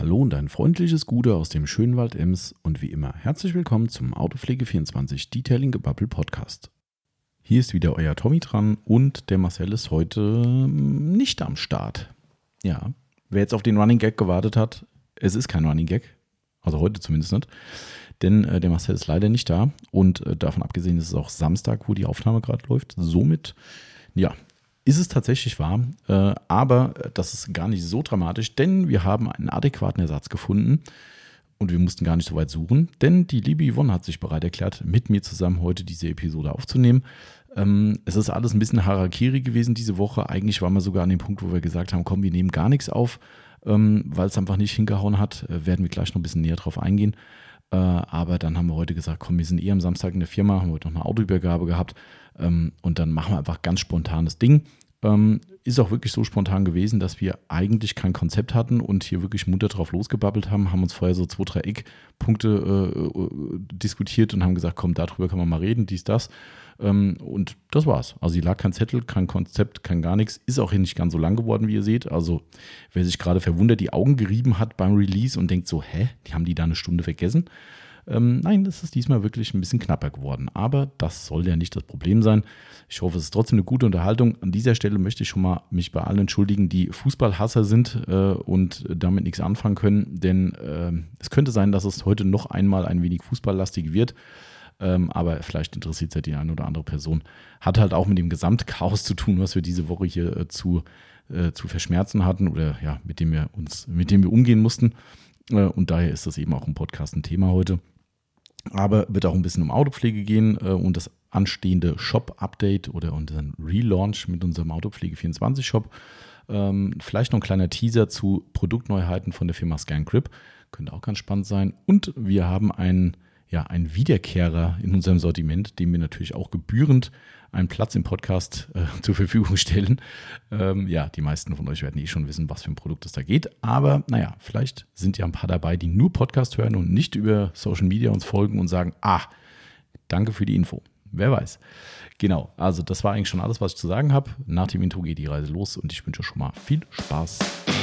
Hallo und ein freundliches Gute aus dem schönen Wald Ems und wie immer herzlich willkommen zum Autopflege24 Detailing Gebubble Podcast. Hier ist wieder euer Tommy dran und der Marcel ist heute nicht am Start. Ja, wer jetzt auf den Running Gag gewartet hat, es ist kein Running Gag, also heute zumindest nicht, denn der Marcel ist leider nicht da und davon abgesehen ist es auch Samstag, wo die Aufnahme gerade läuft. Somit, ja, ist es tatsächlich wahr, aber das ist gar nicht so dramatisch, denn wir haben einen adäquaten Ersatz gefunden und wir mussten gar nicht so weit suchen, denn die liebe Yvonne hat sich bereit erklärt, mit mir zusammen heute diese Episode aufzunehmen. Es ist alles ein bisschen Harakiri gewesen diese Woche. Eigentlich waren wir sogar an dem Punkt, wo wir gesagt haben, komm, wir nehmen gar nichts auf, weil es einfach nicht hingehauen hat. Werden wir gleich noch ein bisschen näher drauf eingehen. Aber dann haben wir heute gesagt, komm, wir sind am Samstag in der Firma, haben heute noch eine Autoübergabe gehabt und dann machen wir einfach ganz spontanes Ding. Ist auch wirklich so spontan gewesen, dass wir eigentlich kein Konzept hatten und hier wirklich munter drauf losgebabbelt haben uns vorher so 2, 3 Eckpunkte diskutiert und haben gesagt, komm, darüber kann man mal reden, dies, das. Und das war's. Also hier lag kein Zettel, kein Konzept, kein gar nichts. Ist auch hier nicht ganz so lang geworden, wie ihr seht. Also wer sich gerade verwundert die Augen gerieben hat beim Release und denkt so, die haben die da eine Stunde vergessen? Nein, das ist diesmal wirklich ein bisschen knapper geworden. Aber das soll ja nicht das Problem sein. Ich hoffe, es ist trotzdem eine gute Unterhaltung. An dieser Stelle möchte ich schon mal mich bei allen entschuldigen, die Fußballhasser sind und damit nichts anfangen können. Denn es könnte sein, dass es heute noch einmal ein wenig fußballlastig wird. Aber vielleicht interessiert es ja die eine oder andere Person. Hat halt auch mit dem Gesamtchaos zu tun, was wir diese Woche hier zu verschmerzen hatten oder ja, mit dem wir umgehen mussten. Und daher ist das eben auch im Podcast ein Thema heute. Aber wird auch ein bisschen um Autopflege gehen und das anstehende Shop-Update oder unseren Relaunch mit unserem Autopflege24-Shop. Vielleicht noch ein kleiner Teaser zu Produktneuheiten von der Firma ScanGrip. Könnte auch ganz spannend sein. Und wir haben einen Wiederkehrer in unserem Sortiment, dem wir natürlich auch gebührend einen Platz im Podcast zur Verfügung stellen. Die meisten von euch werden schon wissen, was für ein Produkt es da geht. Aber vielleicht sind ja ein paar dabei, die nur Podcast hören und nicht über Social Media uns folgen und sagen, danke für die Info. Wer weiß. Genau, also das war eigentlich schon alles, was ich zu sagen habe. Nach dem Intro geht die Reise los und ich wünsche schon mal viel Spaß.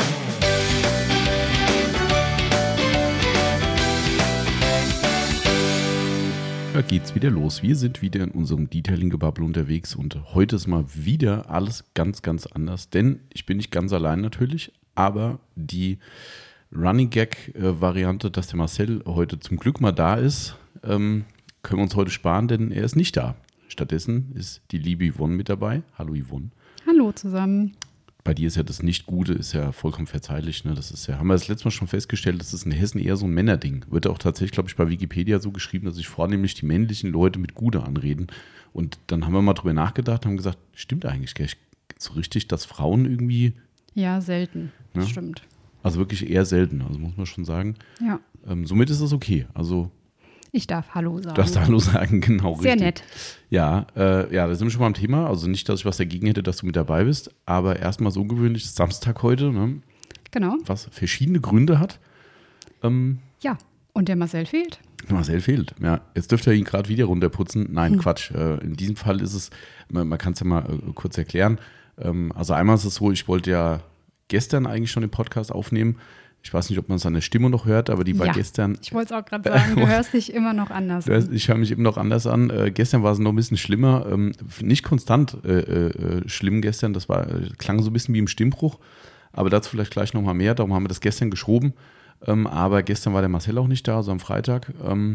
Da geht's wieder los. Wir sind wieder in unserem Detailing-Gebubble unterwegs und heute ist mal wieder alles ganz, ganz anders, denn ich bin nicht ganz allein natürlich, aber die Running Gag-Variante, dass der Marcel heute zum Glück mal da ist, können wir uns heute sparen, denn er ist nicht da. Stattdessen ist die liebe Yvonne mit dabei. Hallo Yvonne. Hallo zusammen. Bei dir ist ja das Nicht-Gute, ist ja vollkommen verzeihlich. Ne? Das ist ja, haben wir das letzte Mal schon festgestellt, das ist in Hessen eher so ein Männerding. Wird auch tatsächlich, glaube ich, bei Wikipedia so geschrieben, dass sich vornehmlich die männlichen Leute mit Gute anreden. Und dann haben wir mal drüber nachgedacht und haben gesagt, stimmt eigentlich gar nicht so richtig, dass Frauen irgendwie... Ja, selten. Ne? Das stimmt. Also wirklich eher selten, also muss man schon sagen. Ja. Somit ist es okay. Also ich darf Hallo sagen. Du darfst Hallo sagen, genau. Sehr richtig. Nett. Ja, da sind wir schon mal am Thema. Also nicht, dass ich was dagegen hätte, dass du mit dabei bist, aber erstmal so ungewöhnlich, Samstag heute, ne? Genau. Was verschiedene Gründe hat. Ja, und der Marcel fehlt. Marcel fehlt, ja. Jetzt dürft ihr ihn gerade wieder runterputzen. Nein, Quatsch. In diesem Fall ist es, man kann es ja mal kurz erklären. Also einmal ist es so, ich wollte ja gestern eigentlich schon den Podcast aufnehmen. Ich weiß nicht, ob man es an der Stimme noch hört, aber die war gestern... Ich wollte es auch gerade sagen, du hörst dich immer noch anders an. Ich höre mich immer noch anders an. Gestern war es noch ein bisschen schlimmer. Nicht konstant schlimm gestern, das klang so ein bisschen wie im Stimmbruch. Aber dazu vielleicht gleich nochmal mehr. Darum haben wir das gestern geschoben. Aber gestern war der Marcel auch nicht da, also am Freitag,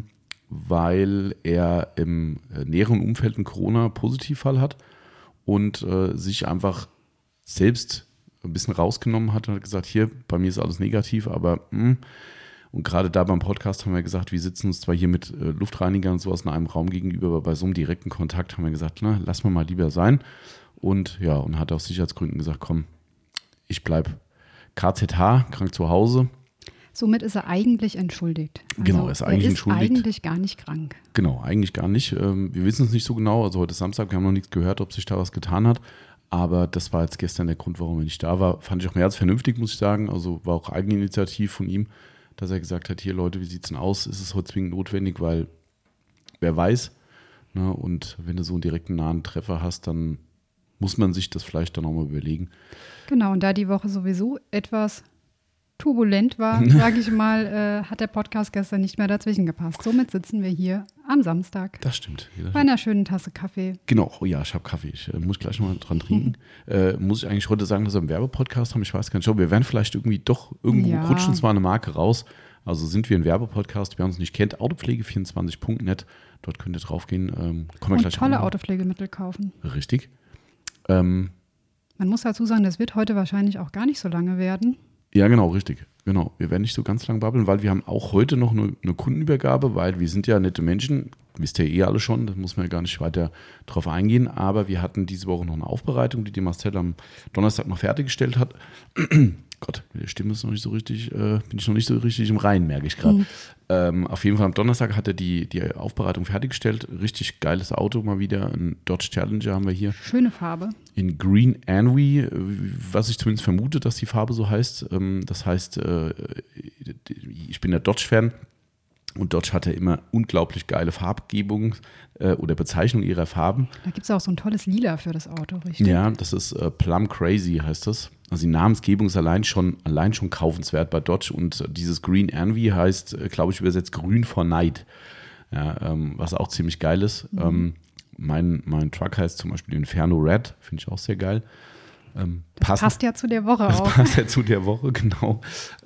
weil er im näheren Umfeld einen Corona-Positivfall hat und sich einfach selbst ein bisschen rausgenommen hat und hat gesagt, hier, bei mir ist alles negativ, aber und gerade da beim Podcast haben wir gesagt, wir sitzen uns zwar hier mit Luftreinigern und sowas in einem Raum gegenüber, aber bei so einem direkten Kontakt haben wir gesagt, lass mal lieber sein und hat aus Sicherheitsgründen gesagt, komm, ich bleibe KZH, krank zu Hause. Somit ist er eigentlich entschuldigt. Genau, er ist eigentlich entschuldigt. Eigentlich gar nicht krank. Genau, eigentlich gar nicht. Wir wissen es nicht so genau, also heute ist Samstag, wir haben noch nichts gehört, ob sich da was getan hat. Aber das war jetzt gestern der Grund, warum er nicht da war. Fand ich auch mehr als vernünftig, muss ich sagen. Also war auch Eigeninitiativ von ihm, dass er gesagt hat, hier Leute, wie sieht es denn aus? Ist es heute zwingend notwendig? Weil wer weiß. Ne? Und wenn du so einen direkten nahen Treffer hast, dann muss man sich das vielleicht dann auch mal überlegen. Genau, und da die Woche sowieso etwas turbulent war, sage ich mal, hat der Podcast gestern nicht mehr dazwischen gepasst. Somit sitzen wir hier am Samstag. Das stimmt. Bei einer schönen Tasse Kaffee. Genau, oh ja, ich habe Kaffee. Ich muss gleich noch mal dran trinken. Muss ich eigentlich heute sagen, dass wir einen Werbepodcast haben? Ich weiß gar nicht. Wir werden vielleicht irgendwie doch irgendwo rutscht uns mal eine Marke raus. Also sind wir ein Werbepodcast, wer uns nicht kennt, autopflege24.net. Dort könnt ihr drauf gehen. Und tolle Autopflegemittel kaufen. Richtig. Man muss dazu sagen, das wird heute wahrscheinlich auch gar nicht so lange werden. Ja, genau, richtig. Genau. Wir werden nicht so ganz lang babbeln, weil wir haben auch heute noch eine Kundenübergabe, weil wir sind ja nette Menschen, wisst ihr eh alle schon, da muss man ja gar nicht weiter drauf eingehen, aber wir hatten diese Woche noch eine Aufbereitung, die Marcel am Donnerstag noch fertiggestellt hat. Gott, mit der Stimme ist noch nicht so richtig, bin ich noch nicht so richtig im Reinen, merke ich gerade. Auf jeden Fall am Donnerstag hat er die Aufbereitung fertiggestellt. Richtig geiles Auto mal wieder. Ein Dodge Challenger haben wir hier. Schöne Farbe. In Green Envy, was ich zumindest vermute, dass die Farbe so heißt. Das heißt, ich bin der Dodge-Fan. Und Dodge hat ja immer unglaublich geile Farbgebung oder Bezeichnung ihrer Farben. Da gibt es auch so ein tolles Lila für das Auto, richtig? Ja, das ist Plum Crazy heißt das. Also die Namensgebung ist allein schon kaufenswert bei Dodge. Und dieses Green Envy heißt, glaube ich, übersetzt Grün vor Neid. Ja, was auch ziemlich geil ist. Mein Truck heißt zum Beispiel Inferno Red, finde ich auch sehr geil. Das passt ja zu der Woche auch. Das passt ja zu der Woche, genau.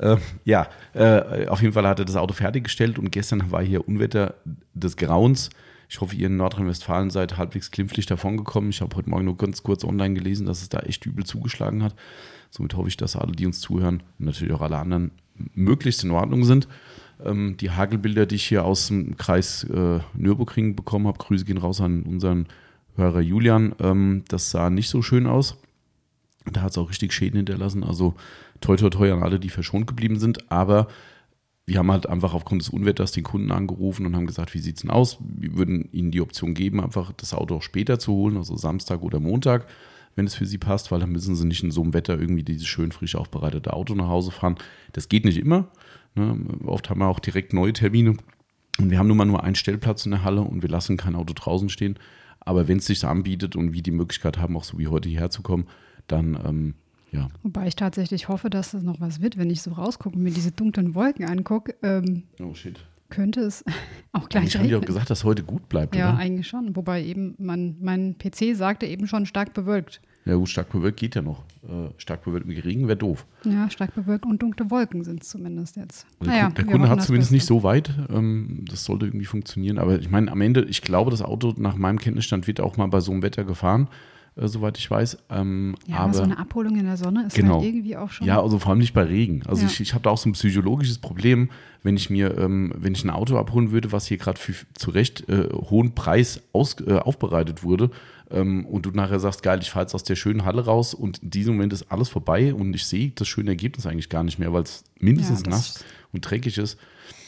Auf jeden Fall hat er das Auto fertiggestellt und gestern war hier Unwetter des Grauens. Ich hoffe, ihr in Nordrhein-Westfalen seid halbwegs glimpflich davongekommen. Ich habe heute Morgen nur ganz kurz online gelesen, dass es da echt übel zugeschlagen hat. Somit hoffe ich, dass alle, die uns zuhören und natürlich auch alle anderen, möglichst in Ordnung sind. Die Hagelbilder, die ich hier aus dem Kreis Nürburgring bekommen habe, Grüße gehen raus an unseren Hörer Julian, das sah nicht so schön aus. Da hat es auch richtig Schäden hinterlassen. Also toi toi toi an alle, die verschont geblieben sind. Aber wir haben halt einfach aufgrund des Unwetters den Kunden angerufen und haben gesagt, wie sieht es denn aus? Wir würden ihnen die Option geben, einfach das Auto auch später zu holen, also Samstag oder Montag, wenn es für sie passt, weil dann müssen sie nicht in so einem Wetter irgendwie dieses schön frisch aufbereitete Auto nach Hause fahren. Das geht nicht immer. Ne? Oft haben wir auch direkt neue Termine. Und wir haben nun mal nur einen Stellplatz in der Halle und wir lassen kein Auto draußen stehen. Aber wenn es sich anbietet und wir die Möglichkeit haben, auch so wie heute hierher zu kommen, dann, ja. Wobei ich tatsächlich hoffe, dass das noch was wird, wenn ich so rausgucke und mir diese dunklen Wolken angucke. Oh shit. Könnte es auch gleich regnen. Ich habe dir auch gesagt, dass heute gut bleibt, ja, oder? Ja, eigentlich schon. Wobei eben mein PC sagte eben schon stark bewölkt. Ja gut, stark bewölkt geht ja noch. Stark bewölkt mit Regen wäre doof. Ja, stark bewölkt und dunkle Wolken sind es zumindest jetzt. Also der Kunde hat zumindest nicht so weit. Das sollte irgendwie funktionieren. Aber ich meine, am Ende, ich glaube, das Auto nach meinem Kenntnisstand wird auch mal bei so einem Wetter gefahren. Soweit ich weiß. Aber so eine Abholung in der Sonne ist genau. halt irgendwie auch schon. Ja, also vor allem nicht bei Regen. Also ich habe da auch so ein psychologisches Problem, wenn ich ein Auto abholen würde, was hier gerade für zu Recht hohen Preis aufbereitet wurde und du nachher sagst, geil, ich fahre jetzt aus der schönen Halle raus und in diesem Moment ist alles vorbei und ich sehe das schöne Ergebnis eigentlich gar nicht mehr, weil es mindestens nass und dreckig ist,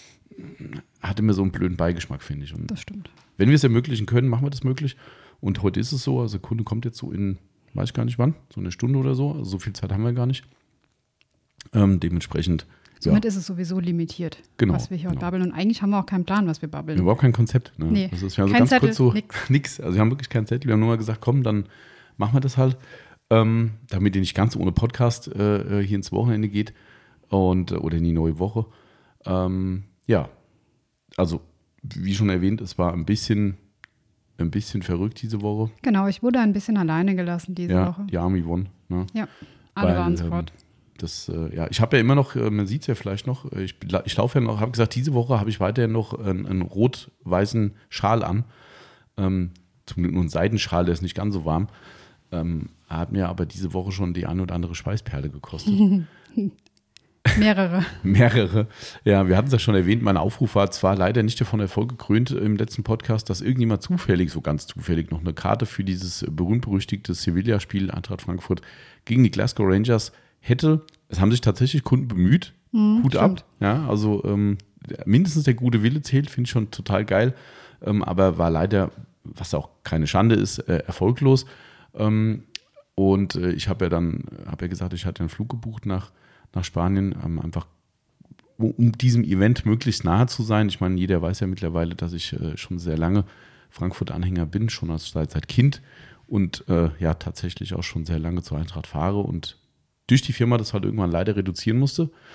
hat immer so einen blöden Beigeschmack, finde ich. Und das stimmt. wenn wir es ermöglichen können, machen wir das möglich. Und heute ist es so, also der Kunde kommt jetzt so in, weiß ich gar nicht wann, so eine Stunde oder so. Also so viel Zeit haben wir gar nicht. Dementsprechend. Somit ist es sowieso limitiert, was wir hier heute babbeln. Und eigentlich haben wir auch keinen Plan, was wir babbeln. Wir haben überhaupt kein Konzept. Ne? Nee, also wir haben kein so ganz Zettel, kurz so nix. Also wir haben wirklich kein Zettel. Wir haben nur mal gesagt, komm, dann machen wir das halt, damit ihr nicht ganz ohne Podcast hier ins Wochenende geht oder in die neue Woche. Also wie schon erwähnt, es war ein bisschen verrückt diese Woche. Genau, ich wurde ein bisschen alleine gelassen diese Woche. Die Army won. Ne? Ja, alle waren sofort. Ich habe ja immer noch, man sieht es ja vielleicht noch, ich laufe ja noch, habe gesagt, diese Woche habe ich weiterhin noch einen rot-weißen Schal an. Zumindest nur einen Seidenschal, der ist nicht ganz so warm. Hat mir aber diese Woche schon die eine oder andere Schweißperle gekostet. Mehrere. Ja, wir hatten es ja schon erwähnt, mein Aufruf war zwar leider nicht davon Erfolg gekrönt im letzten Podcast, dass irgendjemand so ganz zufällig noch eine Karte für dieses berühmt-berüchtigte Sevilla-Spiel Eintracht Frankfurt gegen die Glasgow Rangers hätte. Es haben sich tatsächlich Kunden bemüht. Hut ab. Ja, also mindestens der gute Wille zählt, finde ich schon total geil. Aber war leider, was auch keine Schande ist, erfolglos. Und ich habe ja gesagt, ich hatte einen Flug gebucht nach Spanien, einfach um diesem Event möglichst nahe zu sein. Ich meine, jeder weiß ja mittlerweile, dass ich schon sehr lange Frankfurt-Anhänger bin, schon seit Kind und tatsächlich auch schon sehr lange zur Eintracht fahre und durch die Firma das halt irgendwann leider reduzieren musste.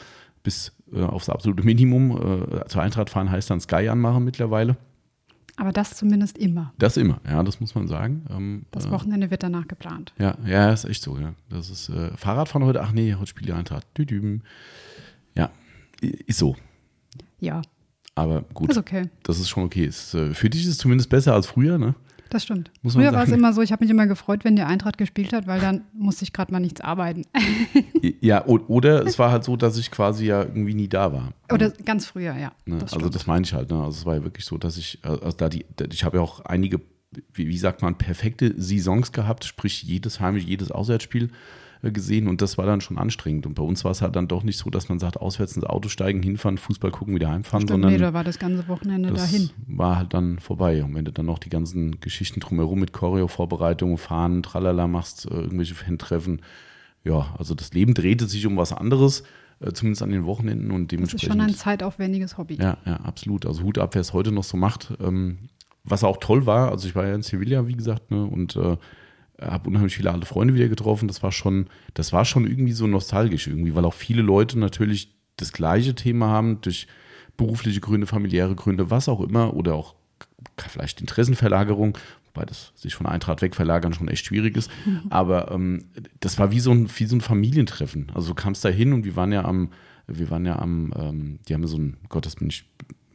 bis aufs absolute Minimum. Zur Eintracht fahren heißt dann Sky anmachen mittlerweile. Aber das zumindest immer. Das immer, ja, das muss man sagen. Das Wochenende wird danach geplant. Ja, ist echt so, ja. Das ist Fahrradfahren heute, ach nee, heute spielt die Eintracht. Düdüm. Ja, ist so. Ja. Aber gut, ist okay. Das ist schon okay. Für dich ist es zumindest besser als früher, ne? Das stimmt. Muss man Früher war es sagen. immer so, ich habe mich immer gefreut, wenn die Eintracht gespielt hat, weil dann musste ich gerade mal nichts arbeiten. Ja, oder es war halt so, dass ich quasi ja irgendwie nie da war. Oder ganz früher, ja. Ne? Das Also stimmt. das meine ich halt. Ne? Also es war ja wirklich so, dass ich, ich habe ja auch einige, wie sagt man, perfekte Saisons gehabt, sprich jedes jedes Auswärtsspiel gesehen und das war dann schon anstrengend. Und bei uns war es halt dann doch nicht so, dass man sagt, auswärts ins Auto steigen, hinfahren, Fußball gucken, wieder heimfahren, Stimmt, sondern nee, da war das ganze Wochenende das dahin. war halt dann vorbei. Und wenn du dann noch die ganzen Geschichten drumherum mit Choreo-Vorbereitungen, Fahren, Tralala machst, irgendwelche Fan-Treffen, ja, also das Leben drehte sich um was anderes, zumindest an den Wochenenden und Das ist dementsprechend. schon ein zeitaufwendiges Hobby. Ja, absolut. Also Hut ab, wer es heute noch so macht. Was auch toll war, also ich war ja in Sevilla, wie gesagt, ne, und habe unheimlich viele alte Freunde wieder getroffen. Das war schon irgendwie so nostalgisch irgendwie, weil auch viele Leute natürlich das gleiche Thema haben, durch berufliche Gründe, familiäre Gründe, was auch immer, oder auch vielleicht Interessenverlagerung, wobei das sich von Eintracht wegverlagern schon echt schwierig ist. Aber das war wie so ein Familientreffen. Also du kamst da hin und wir waren ja am, die haben ja so ein, Gott, das bin ich,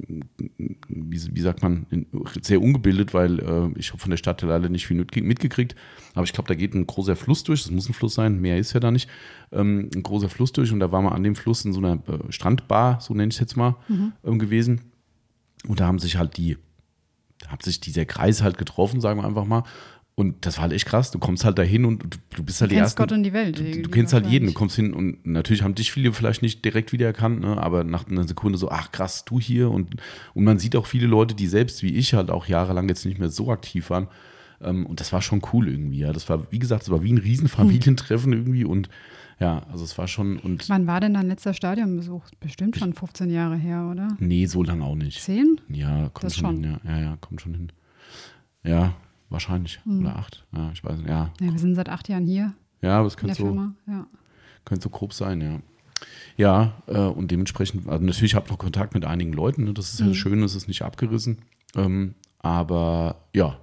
wie sagt man, sehr ungebildet, weil ich habe von der Stadt leider nicht viel mitgekriegt. Aber ich glaube, da geht ein großer Fluss durch. Das muss ein Fluss sein, mehr ist ja da nicht. Ein großer Fluss durch und da waren wir an dem Fluss in so einer Strandbar, so nenne ich es jetzt mal, gewesen. Und da hat sich dieser Kreis halt getroffen, sagen wir einfach mal. Und das war halt echt krass. Du kommst halt dahin und du bist halt Du die kennst Ersten. Gott und die Welt. Du kennst halt jeden. Du kommst hin und natürlich haben dich viele vielleicht nicht direkt wiedererkannt, ne? Aber nach einer Sekunde so, ach krass, du hier. Und man sieht auch viele Leute, die selbst wie ich halt auch jahrelang jetzt nicht mehr so aktiv waren. Und das war schon cool irgendwie. Ja. Das war, wie gesagt, es war wie ein Riesenfamilientreffen irgendwie. Und ja, also es war schon. Und Wann war denn dein letzter Stadionbesuch? Bestimmt schon 15 Jahre her, oder? nee, so lange auch nicht. 10? Ja, kommt Das schon schon. hin. Ja, kommt schon hin. Ja, wahrscheinlich. Oder 8. Ja, ich weiß nicht. Ja, Ja, wir sind seit 8 Jahren hier ja, aber es in der könnte so. Firma. Ja. Könnte so grob sein, ja. Ja, und dementsprechend, also natürlich habe ich noch Kontakt mit einigen Leuten, ne? Das ist ja das Schöne, es ist nicht abgerissen. Aber ja,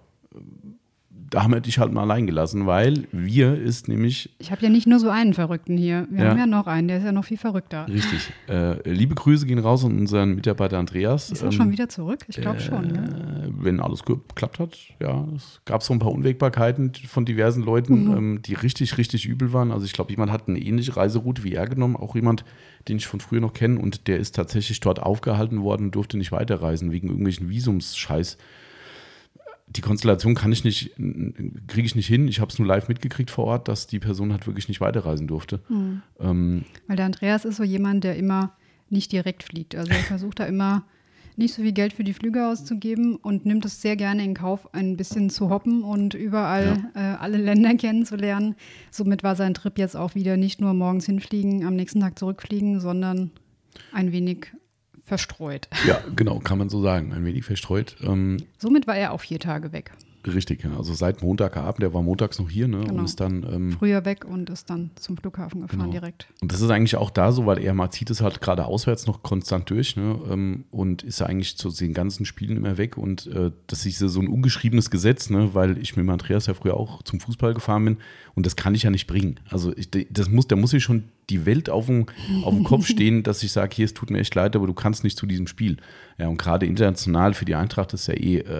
da haben wir dich halt mal allein gelassen, weil ist nämlich, Ich habe ja nicht nur so einen Verrückten hier. Wir Ja. haben ja noch einen, der ist ja noch viel verrückter. richtig, liebe Grüße gehen raus an unseren Mitarbeiter Andreas. Ist er schon wieder zurück? Ich glaube schon. Ne? Wenn alles geklappt hat, ja. Es gab so ein paar Unwägbarkeiten von diversen Leuten, die richtig, richtig übel waren. Also ich glaube, jemand hat eine ähnliche Reiseroute wie er genommen, auch jemand, den ich von früher noch kenne und der ist tatsächlich dort aufgehalten worden und durfte nicht weiterreisen wegen irgendwelchen Visumsscheiß. Die Konstellation kriege ich nicht hin. Ich habe es nur live mitgekriegt vor Ort, dass die Person halt wirklich nicht weiterreisen durfte. Weil der Andreas ist so jemand, der immer nicht direkt fliegt. Also er versucht da immer nicht so viel Geld für die Flüge auszugeben und nimmt es sehr gerne in Kauf, ein bisschen zu hoppen und überall alle Länder kennenzulernen. Somit war sein Trip jetzt auch wieder nicht nur morgens hinfliegen, am nächsten Tag zurückfliegen, sondern ein wenig verstreut. Ja, genau, kann man so sagen. Ein wenig verstreut. Somit war er auch 4 Tage weg. Richtig, ja. Also seit Montagabend, der war montags noch hier, ne? Genau. Und ist dann. Früher weg und ist dann zum Flughafen gefahren Genau. direkt. Und das ist eigentlich auch da so, weil er zieht es halt gerade auswärts noch konstant durch, ne? Und ist ja eigentlich zu den ganzen Spielen immer weg. Und das ist so ein ungeschriebenes Gesetz, ne? Weil ich mit Andreas ja früher auch zum Fußball gefahren bin und das kann ich ja nicht bringen. Also da muss ich schon die Welt auf dem Kopf stehen, dass ich sage, hier, es tut mir echt leid, aber du kannst nicht zu diesem Spiel. Ja, und gerade international für die Eintracht ist ja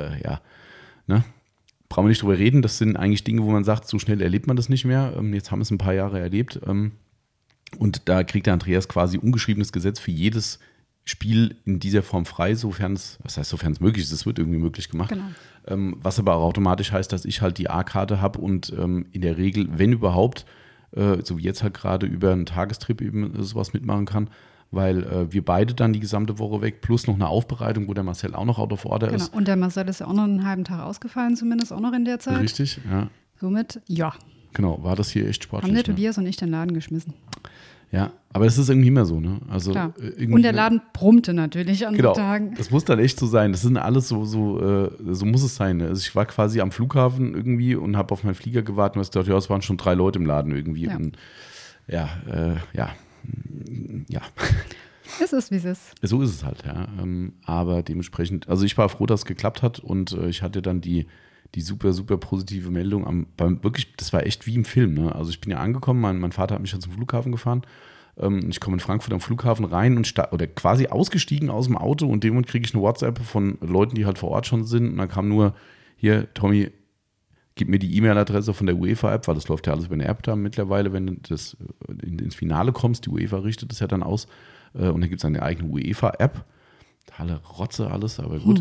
ne? Brauchen wir nicht drüber reden, das sind eigentlich Dinge, wo man sagt, so schnell erlebt man das nicht mehr. Jetzt haben wir es ein paar Jahre erlebt. Und da kriegt der Andreas quasi ungeschriebenes Gesetz für jedes Spiel in dieser Form frei, sofern es möglich ist. Es wird irgendwie möglich gemacht. Genau. Was aber auch automatisch heißt, dass ich halt die A-Karte habe und in der Regel, wenn überhaupt, so wie jetzt halt gerade über einen Tagestrip eben sowas mitmachen kann, weil wir beide dann die gesamte Woche weg, plus noch eine Aufbereitung, wo der Marcel auch noch out of order Genau. ist. Und der Marcel ist ja auch noch einen halben Tag ausgefallen, zumindest auch noch in der Zeit. Richtig, ja. Somit, ja, Genau, war das hier echt sportlich. haben der Ne? Tobias und ich den Laden geschmissen. Ja, aber es ist irgendwie immer so, ne? Also Klar. irgendwie, Und der Laden brummte natürlich an genau, so Tagen. das muss dann echt so sein. Das sind alles so muss es sein. Ne? Also ich war quasi am Flughafen irgendwie und habe auf meinen Flieger gewartet und habe gedacht, ja, es waren schon 3 Leute im Laden irgendwie. Ja. Und ja. Es ist, wie es ist. So ist es halt, ja. Aber dementsprechend, also ich war froh, dass es geklappt hat und ich hatte dann die super, super positive Meldung. Wirklich, das war echt wie im Film. Ne? Also ich bin ja angekommen, mein Vater hat mich dann zum Flughafen gefahren. Ich komme in Frankfurt am Flughafen rein oder quasi ausgestiegen aus dem Auto und dem kriege ich eine WhatsApp von Leuten, die halt vor Ort schon sind. Und dann kam nur, hier, Tommy, gib mir die E-Mail-Adresse von der UEFA-App, weil das läuft ja alles über eine App da mittlerweile, wenn du ins Finale kommst. Die UEFA richtet das ja dann aus. Und dann gibt es eine eigene UEFA-App. Tolle Rotze alles, aber gut.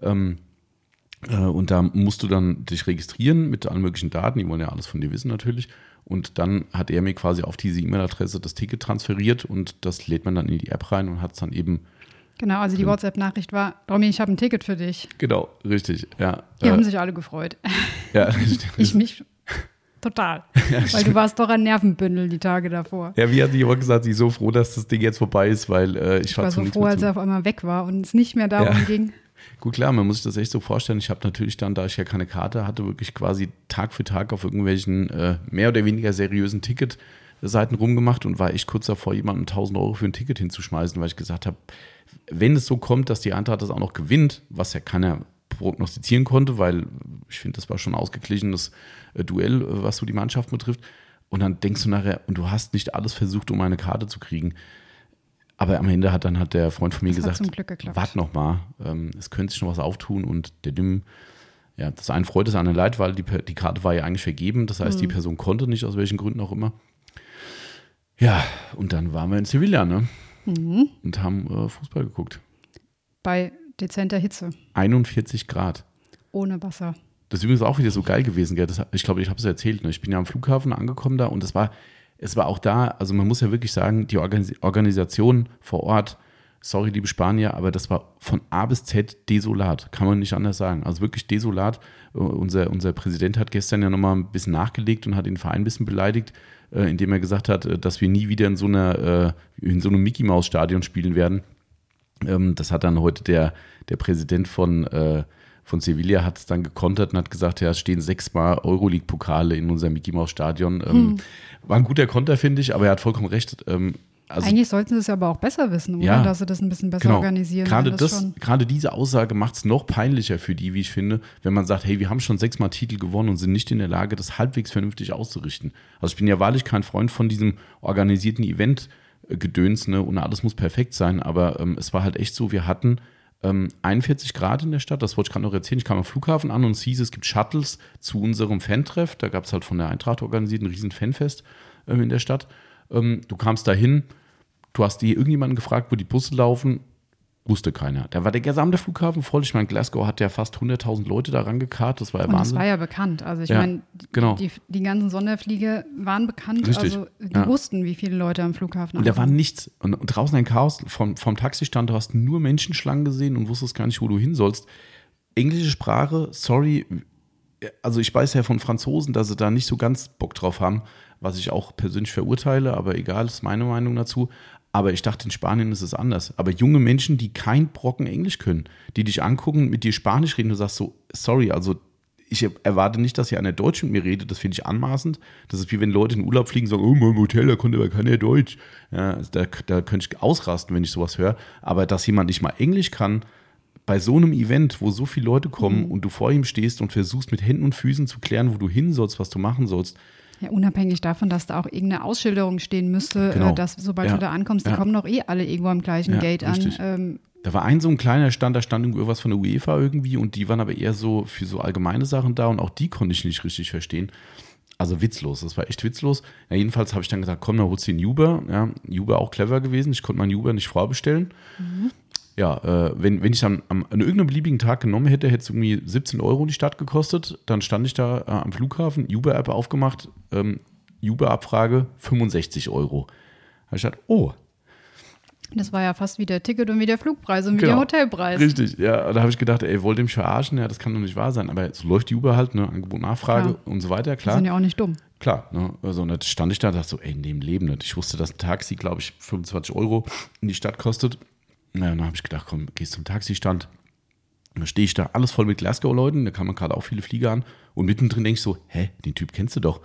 Und da musst du dann dich registrieren mit allen möglichen Daten. Die wollen ja alles von dir wissen natürlich. Und dann hat er mir quasi auf diese E-Mail-Adresse das Ticket transferiert und das lädt man dann in die App rein und hat es dann eben. Genau, also die WhatsApp-Nachricht war, Romy, ich habe ein Ticket für dich. Genau, richtig, ja. Die haben sich alle gefreut. Ja, richtig. Ich mich total. Ja, weil du warst doch ein Nervenbündel die Tage davor. Ja, wie hat die auch gesagt, sie ist so froh, dass das Ding jetzt vorbei ist, weil ich war so froh, als er auf einmal weg war und es nicht mehr darum ging. Gut, klar, man muss sich das echt so vorstellen. Ich habe natürlich dann, da ich ja keine Karte hatte, wirklich quasi Tag für Tag auf irgendwelchen mehr oder weniger seriösen Ticketseiten rumgemacht und war echt kurz davor, jemandem 1.000 Euro für ein Ticket hinzuschmeißen, weil ich gesagt habe, wenn es so kommt, dass die Eintracht das auch noch gewinnt, was ja keiner prognostizieren konnte, weil ich finde, das war schon ein ausgeglichenes Duell, was so die Mannschaft betrifft. Und dann denkst du nachher, und du hast nicht alles versucht, um eine Karte zu kriegen. Aber am Ende hat der Freund von mir gesagt, warte noch mal, es könnte sich noch was auftun und das einen freut, das andere leid, weil die Karte war ja eigentlich vergeben, das heißt, die Person konnte nicht, aus welchen Gründen auch immer. Ja, und dann waren wir in Sevilla, ne? Und haben Fußball geguckt. Bei dezenter Hitze. 41 Grad. Ohne Wasser. Das ist übrigens auch wieder so geil gewesen, gell? Ich glaube, ich habe es erzählt, ne? Ich bin ja am Flughafen angekommen da und es war auch da, also man muss ja wirklich sagen, die Organisation vor Ort, sorry, liebe Spanier, aber das war von A bis Z desolat, kann man nicht anders sagen. Also wirklich desolat. Unser Präsident hat gestern ja nochmal ein bisschen nachgelegt und hat den Verein ein bisschen beleidigt, indem er gesagt hat, dass wir nie wieder in so einem Mickey-Maus-Stadion spielen werden. Das hat dann heute der Präsident von Sevilla hat es dann gekontert und hat gesagt, ja, es stehen 6-mal Euroleague-Pokale in unserem Mickey-Maus-Stadion. War ein guter Konter, finde ich, aber er hat vollkommen recht. Eigentlich sollten sie es aber auch besser wissen, oder? Ja, dass sie das ein bisschen besser organisieren. Gerade diese Aussage macht es noch peinlicher für die, wie ich finde, wenn man sagt, hey, wir haben schon 6-mal Titel gewonnen und sind nicht in der Lage, das halbwegs vernünftig auszurichten. Also ich bin ja wahrlich kein Freund von diesem organisierten Event-Gedöns, ne? Und alles muss perfekt sein, aber es war halt echt so, wir hatten 41 Grad in der Stadt, das wollte ich gerade noch erzählen. Ich kam am Flughafen an und es hieß, es gibt Shuttles zu unserem Fantreff. Da gab es halt von der Eintracht organisiert ein riesen Fanfest in der Stadt. Du kamst da hin, du hast hier irgendjemanden gefragt, wo die Busse laufen, wusste keiner. Da war der gesamte Flughafen voll. Ich meine, Glasgow hat ja fast 100.000 Leute da rangekarrt, das war ja Wahnsinn. Das war ja bekannt. Also ich meine, genau. die ganzen Sonderfliege waren bekannt. Richtig. Also die wussten, wie viele Leute am Flughafen und da war nichts. Und draußen ein Chaos. Vom Taxistand, du hast nur Menschenschlangen gesehen und wusstest gar nicht, wo du hin sollst. Englische Sprache, sorry, also ich weiß ja von Franzosen, dass sie da nicht so ganz Bock drauf haben, was ich auch persönlich verurteile, aber egal, ist meine Meinung dazu. Aber ich dachte, in Spanien ist es anders. Aber junge Menschen, die kein Brocken Englisch können, die dich angucken, mit dir Spanisch reden, du sagst so, sorry, also ich erwarte nicht, dass ihr einer Deutsch mit mir redet, das finde ich anmaßend. Das ist wie wenn Leute in Urlaub fliegen und sagen, oh, mein Hotel, da konnte aber keiner Deutsch. Ja, da könnte ich ausrasten, wenn ich sowas höre. Aber dass jemand nicht mal Englisch kann, bei so einem Event, wo so viele Leute kommen und du vor ihm stehst und versuchst mit Händen und Füßen zu klären, wo du hin sollst, was du machen sollst. Ja, unabhängig davon, dass da auch irgendeine Ausschilderung stehen müsste, genau. Dass sobald du da ankommst, die kommen doch alle irgendwo am gleichen Gate richtig. an. Da war so ein kleiner Stand, da stand irgendwas von der UEFA irgendwie und die waren aber eher so für so allgemeine Sachen da und auch die konnte ich nicht richtig verstehen. Also witzlos, das war echt witzlos. Ja, jedenfalls habe ich dann gesagt, komm, dann holst du den Uber. Ja, Uber auch clever gewesen, ich konnte meinen Uber nicht vorbestellen. Ja, wenn ich dann an irgendeinem beliebigen Tag genommen hätte, hätte es irgendwie 17 Euro die Stadt gekostet. Dann stand ich da am Flughafen, Uber-App aufgemacht, Uber-Abfrage 65 Euro. Da habe ich gedacht, oh. Das war ja fast wie der Ticket und wie der Flugpreis und wie der Hotelpreis. Richtig, ja. Da habe ich gedacht, ey, wollt ihr mich verarschen? Ja, das kann doch nicht wahr sein. Aber so läuft die Uber halt, ne? Angebot, Nachfrage und so weiter, klar. Die sind ja auch nicht dumm. Klar, ne? Also, und dann stand ich da und dachte so, ey, in dem Leben nicht. Ich wusste, dass ein Taxi, glaube ich, 25 Euro in die Stadt kostet. Naja, dann habe ich gedacht, komm, gehst zum Taxistand. Dann stehe ich da, alles voll mit Glasgow-Leuten, da kamen gerade auch viele Flieger an. Und mittendrin denke ich so, den Typ kennst du doch.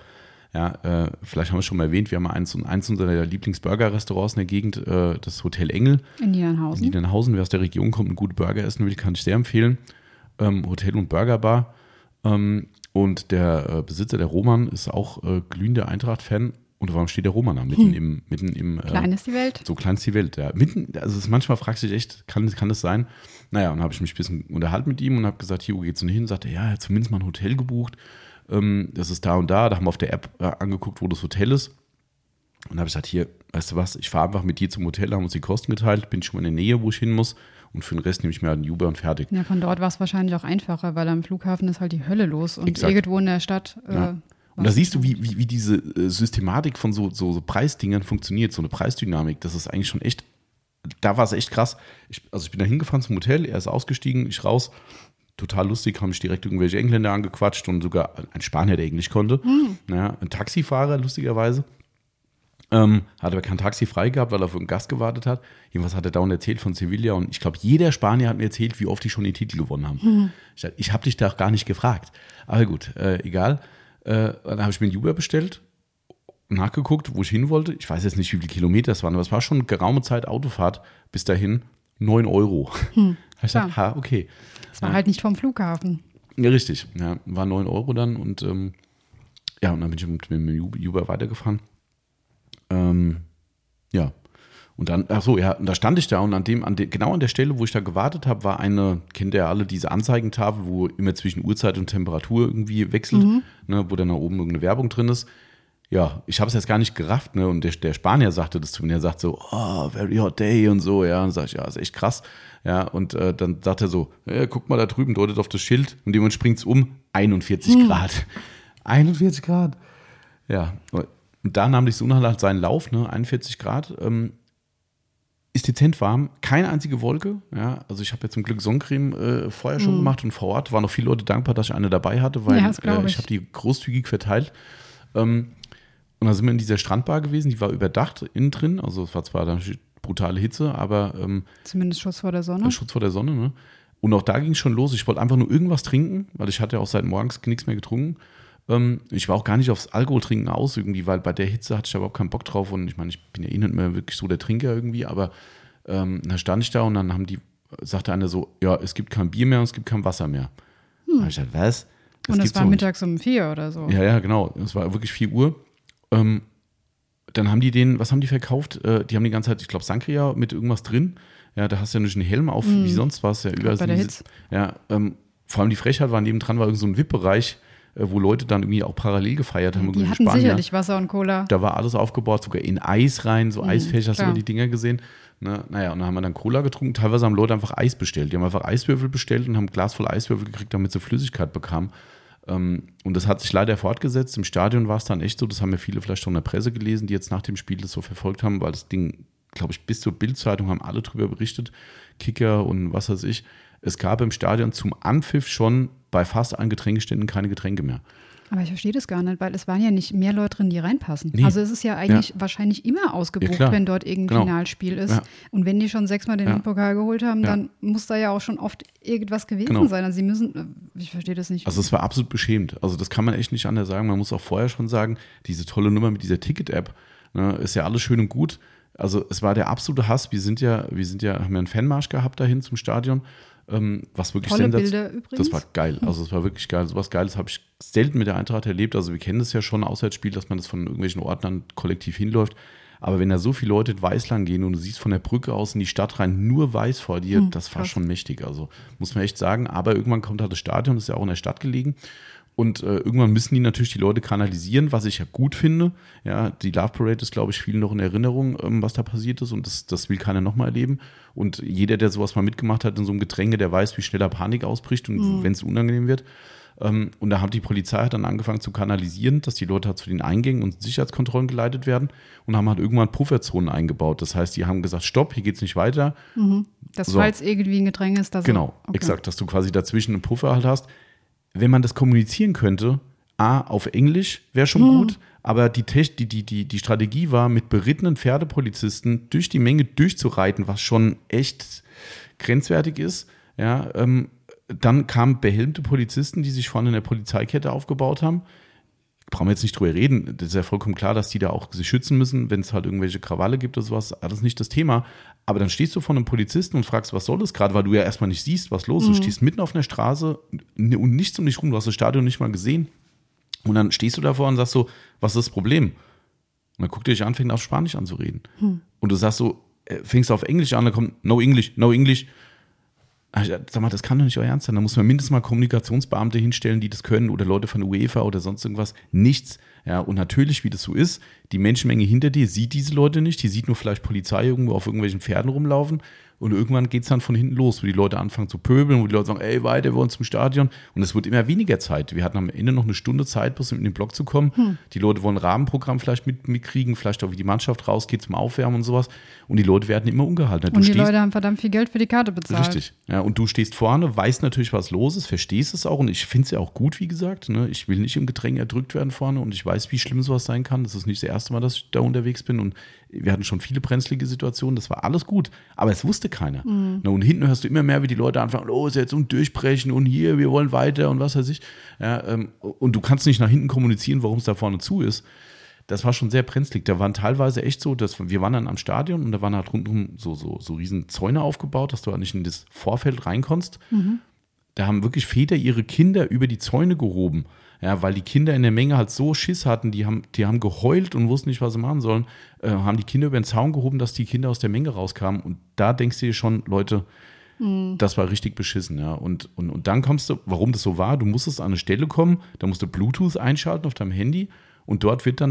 Ja, vielleicht haben wir es schon mal erwähnt, wir haben eins unserer Lieblingsburger-Restaurants in der Gegend, das Hotel Engel. In Niedernhausen. Wer aus der Region kommt und gute Burger essen will, kann ich sehr empfehlen. Hotel- und Burgerbar. Und der Besitzer, der Roman, ist auch glühender Eintracht-Fan. Und warum steht der Roman da? Mitten im Klein ist die Welt. So klein ist die Welt, ja. Manchmal fragst du dich echt, kann das sein? Naja, und dann habe ich mich ein bisschen unterhalten mit ihm und habe gesagt, hier, wo geht's denn hin? Und sagte, ja, er hat zumindest mal ein Hotel gebucht. Das ist da und da. Da haben wir auf der App angeguckt, wo das Hotel ist. Und dann habe ich gesagt, hier, weißt du was, ich fahre einfach mit dir zum Hotel, haben uns die Kosten geteilt, bin schon mal in der Nähe, wo ich hin muss. Und für den Rest nehme ich mir halt einen Uber und fertig. Ja, von dort war es wahrscheinlich auch einfacher, weil am Flughafen ist halt die Hölle los. Und Exakt. irgendwo in der Stadt. Ja. Und da siehst du, wie diese Systematik von so Preisdingern funktioniert, so eine Preisdynamik. Das ist eigentlich schon echt, da war es echt krass. Ich bin da hingefahren zum Hotel, er ist ausgestiegen, ich raus. Total lustig, haben mich direkt irgendwelche Engländer angequatscht und sogar ein Spanier, der Englisch konnte. Ja, ein Taxifahrer, lustigerweise. Hat aber kein Taxi frei gehabt, weil er auf einen Gast gewartet hat. Jedenfalls hat er dauernd erzählt von Sevilla und ich glaube, jeder Spanier hat mir erzählt, wie oft die schon den Titel gewonnen haben. Ich habe dich da auch gar nicht gefragt. Aber gut, egal. Dann habe ich mir einen Uber bestellt, nachgeguckt, wo ich hin wollte. Ich weiß jetzt nicht, wie viele Kilometer es waren, aber es war schon geraume Zeit Autofahrt bis dahin. 9 €. Ich dachte, okay. Das war halt nicht vom Flughafen. Ja, richtig. Ja, war 9 € dann und und dann bin ich mit dem Uber weitergefahren. Ja. Und dann, und da stand ich da und genau an der Stelle, wo ich da gewartet habe, war kennt ihr ja alle, diese Anzeigentafel, wo immer zwischen Uhrzeit und Temperatur irgendwie wechselt, ne, wo dann da oben irgendeine Werbung drin ist. Ja, ich habe es jetzt gar nicht gerafft, ne, und der Spanier sagte das zu mir, er sagt so, oh, very hot day und so, ja, und sag ich, ja, ist echt krass, ja, und dann sagt er so, guck mal da drüben, deutet auf das Schild und jemand springt es um, 41 Grad. 41 Grad. Ja, und da nahm die Sonne halt seinen Lauf, ne, 41 Grad, ist dezent warm, keine einzige Wolke. Ja, also ich habe jetzt zum Glück Sonnencreme vorher schon gemacht und vor Ort waren noch viele Leute dankbar, dass ich eine dabei hatte, weil ich habe die großzügig verteilt. Und dann sind wir in dieser Strandbar gewesen, die war überdacht innen drin. Also es war zwar dann brutale Hitze, aber zumindest Schutz vor der Sonne. Schutz vor der Sonne, ne? Und auch da ging es schon los. Ich wollte einfach nur irgendwas trinken, weil ich hatte ja auch seit morgens nichts mehr getrunken. Ich war auch gar nicht aufs Alkoholtrinken aus irgendwie, weil bei der Hitze hatte ich überhaupt keinen Bock drauf und ich meine, ich bin ja eh nicht mehr wirklich so der Trinker irgendwie, aber da stand ich da und dann sagte einer so, ja, es gibt kein Bier mehr und es gibt kein Wasser mehr. Da habe ich gesagt, was? Und es war mittags um 4 oder so. Ja, genau. Es war wirklich 4 Uhr. Dann haben die was haben die verkauft? Die haben die ganze Zeit, ich glaube, Sangria mit irgendwas drin. Ja, da hast du ja nicht einen Helm auf, wie sonst was. Ja, überall bei der Hitze. Ja, vor allem die Frechheit war, nebendran war irgend so ein VIP-Bereich, wo Leute dann irgendwie auch parallel gefeiert haben. Die hatten sicherlich Wasser und Cola. Da war alles aufgebaut, sogar in Eis rein, so Eisfächer, hast du die Dinger gesehen. Ne? Naja, und dann haben wir dann Cola getrunken. Teilweise haben Leute einfach Eis bestellt. Die haben einfach Eiswürfel bestellt und haben ein Glas voll Eiswürfel gekriegt, damit sie Flüssigkeit bekamen. Und das hat sich leider fortgesetzt. Im Stadion war es dann echt so, das haben ja viele vielleicht schon in der Presse gelesen, die jetzt nach dem Spiel das so verfolgt haben, weil das Ding, glaube ich, bis zur Bild-Zeitung haben alle drüber berichtet, Kicker und was weiß ich. Es gab im Stadion zum Anpfiff schon bei fast allen Getränkeständen keine Getränke mehr. Aber ich verstehe das gar nicht, weil es waren ja nicht mehr Leute drin, die reinpassen. Nee. Also es ist ja eigentlich wahrscheinlich immer ausgebucht, wenn dort irgendein Finalspiel ist. Ja. Und wenn die schon 6-mal den Pokal geholt haben, dann muss da ja auch schon oft irgendwas gewesen sein. Also sie müssen, ich verstehe das nicht. Also es war absolut beschämend. Also das kann man echt nicht anders sagen. Man muss auch vorher schon sagen, diese tolle Nummer mit dieser Ticket-App, ne, ist ja alles schön und gut. Also es war der absolute Hass. Wir haben ja einen Fanmarsch gehabt dahin zum Stadion. Was wirklich tolle Bilder übrigens. Das war geil. Also es war wirklich geil. So was Geiles habe ich selten mit der Eintracht erlebt. Also wir kennen das ja schon, Auswärtsspiel, dass man das von irgendwelchen Ordnern kollektiv hinläuft. Aber wenn da so viele Leute in weiß lang gehen und du siehst von der Brücke aus in die Stadt rein nur weiß vor dir, das war schon mächtig. Also muss man echt sagen. Aber irgendwann kommt halt das Stadion, das ist ja auch in der Stadt gelegen. Und irgendwann müssen die natürlich die Leute kanalisieren, was ich ja gut finde. Ja, die Love Parade ist, glaube ich, vielen noch in Erinnerung, was da passiert ist. Und das will keiner nochmal erleben. Und jeder, der sowas mal mitgemacht hat in so einem Gedränge, der weiß, wie schneller Panik ausbricht und wenn es unangenehm wird. Und da hat die Polizei dann angefangen zu kanalisieren, dass die Leute halt zu den Eingängen und Sicherheitskontrollen geleitet werden und haben halt irgendwann Pufferzonen eingebaut. Das heißt, die haben gesagt, stopp, hier geht's nicht weiter. Das falls irgendwie ein Gedränge ist, genau, exakt, dass du quasi dazwischen einen Puffer halt hast. Wenn man das kommunizieren könnte, auf Englisch wäre schon gut, aber die Strategie war, mit berittenen Pferdepolizisten durch die Menge durchzureiten, was schon echt grenzwertig ist. Ja, dann kamen behelmte Polizisten, die sich vorne in der Polizeikette aufgebaut haben. brauchen wir jetzt nicht drüber reden, das ist ja vollkommen klar, dass die da auch sich schützen müssen, wenn es halt irgendwelche Krawalle gibt oder sowas, alles nicht das Thema. Aber dann stehst du vor einem Polizisten und fragst, was soll das gerade, weil du ja erstmal nicht siehst, was los ist. Du stehst mitten auf einer Straße und nichts um dich rum, du hast das Stadion nicht mal gesehen. Und dann stehst du davor und sagst so, was ist das Problem? Und dann guckt er dich an, fängt auf Spanisch an zu reden. Und du sagst so, fängst auf Englisch an, dann kommt no English. Sag mal, das kann doch nicht euer Ernst sein. Da muss man mindestens mal Kommunikationsbeamte hinstellen, die das können oder Leute von der UEFA oder sonst irgendwas. Nichts. Ja, und natürlich, wie das so ist, die Menschenmenge hinter dir sieht diese Leute nicht. Die sieht nur vielleicht Polizei irgendwo auf irgendwelchen Pferden rumlaufen. Und irgendwann geht es dann von hinten los, wo die Leute anfangen zu pöbeln, wo die Leute sagen, ey, weiter, wir wollen zum Stadion. Und es wird immer weniger Zeit. Wir hatten am Ende noch eine Stunde Zeit, bis in den Block zu kommen. Die Leute wollen ein Rahmenprogramm vielleicht mitkriegen, vielleicht auch, wie die Mannschaft rausgeht zum Aufwärmen und sowas. Und die Leute werden immer ungehaltener. Und die Leute haben verdammt viel Geld für die Karte bezahlt. Richtig. Ja, und du stehst vorne, weißt natürlich, was los ist, verstehst es auch. Und ich finde es ja auch gut, wie gesagt. Ne? Ich will nicht im Gedränge erdrückt werden vorne. Und ich weiß, wie schlimm sowas sein kann. Das ist nicht das erste Mal, dass ich da unterwegs bin. Und wir hatten schon viele brenzlige Situationen. Das war alles gut. Aber es wusste keiner. Und hinten hörst du immer mehr, wie die Leute anfangen, los jetzt und durchbrechen und hier, wir wollen weiter und was weiß ich. Ja, und du kannst nicht nach hinten kommunizieren, warum es da vorne zu ist. Das war schon sehr brenzlig. Da waren teilweise echt so, dass wir waren dann am Stadion und da waren halt rundherum so riesen Zäune aufgebaut, dass du halt nicht in das Vorfeld rein konntest. Da haben wirklich Väter ihre Kinder über die Zäune gehoben. Ja, weil die Kinder in der Menge halt so Schiss hatten, die haben geheult und wussten nicht, was sie machen sollen, haben die Kinder über den Zaun gehoben, dass die Kinder aus der Menge rauskamen. Und da denkst du dir schon, Leute, das war richtig beschissen. Ja. Und dann kommst du, warum das so war, du musstest an eine Stelle kommen, da musst du Bluetooth einschalten auf deinem Handy und dort wird dann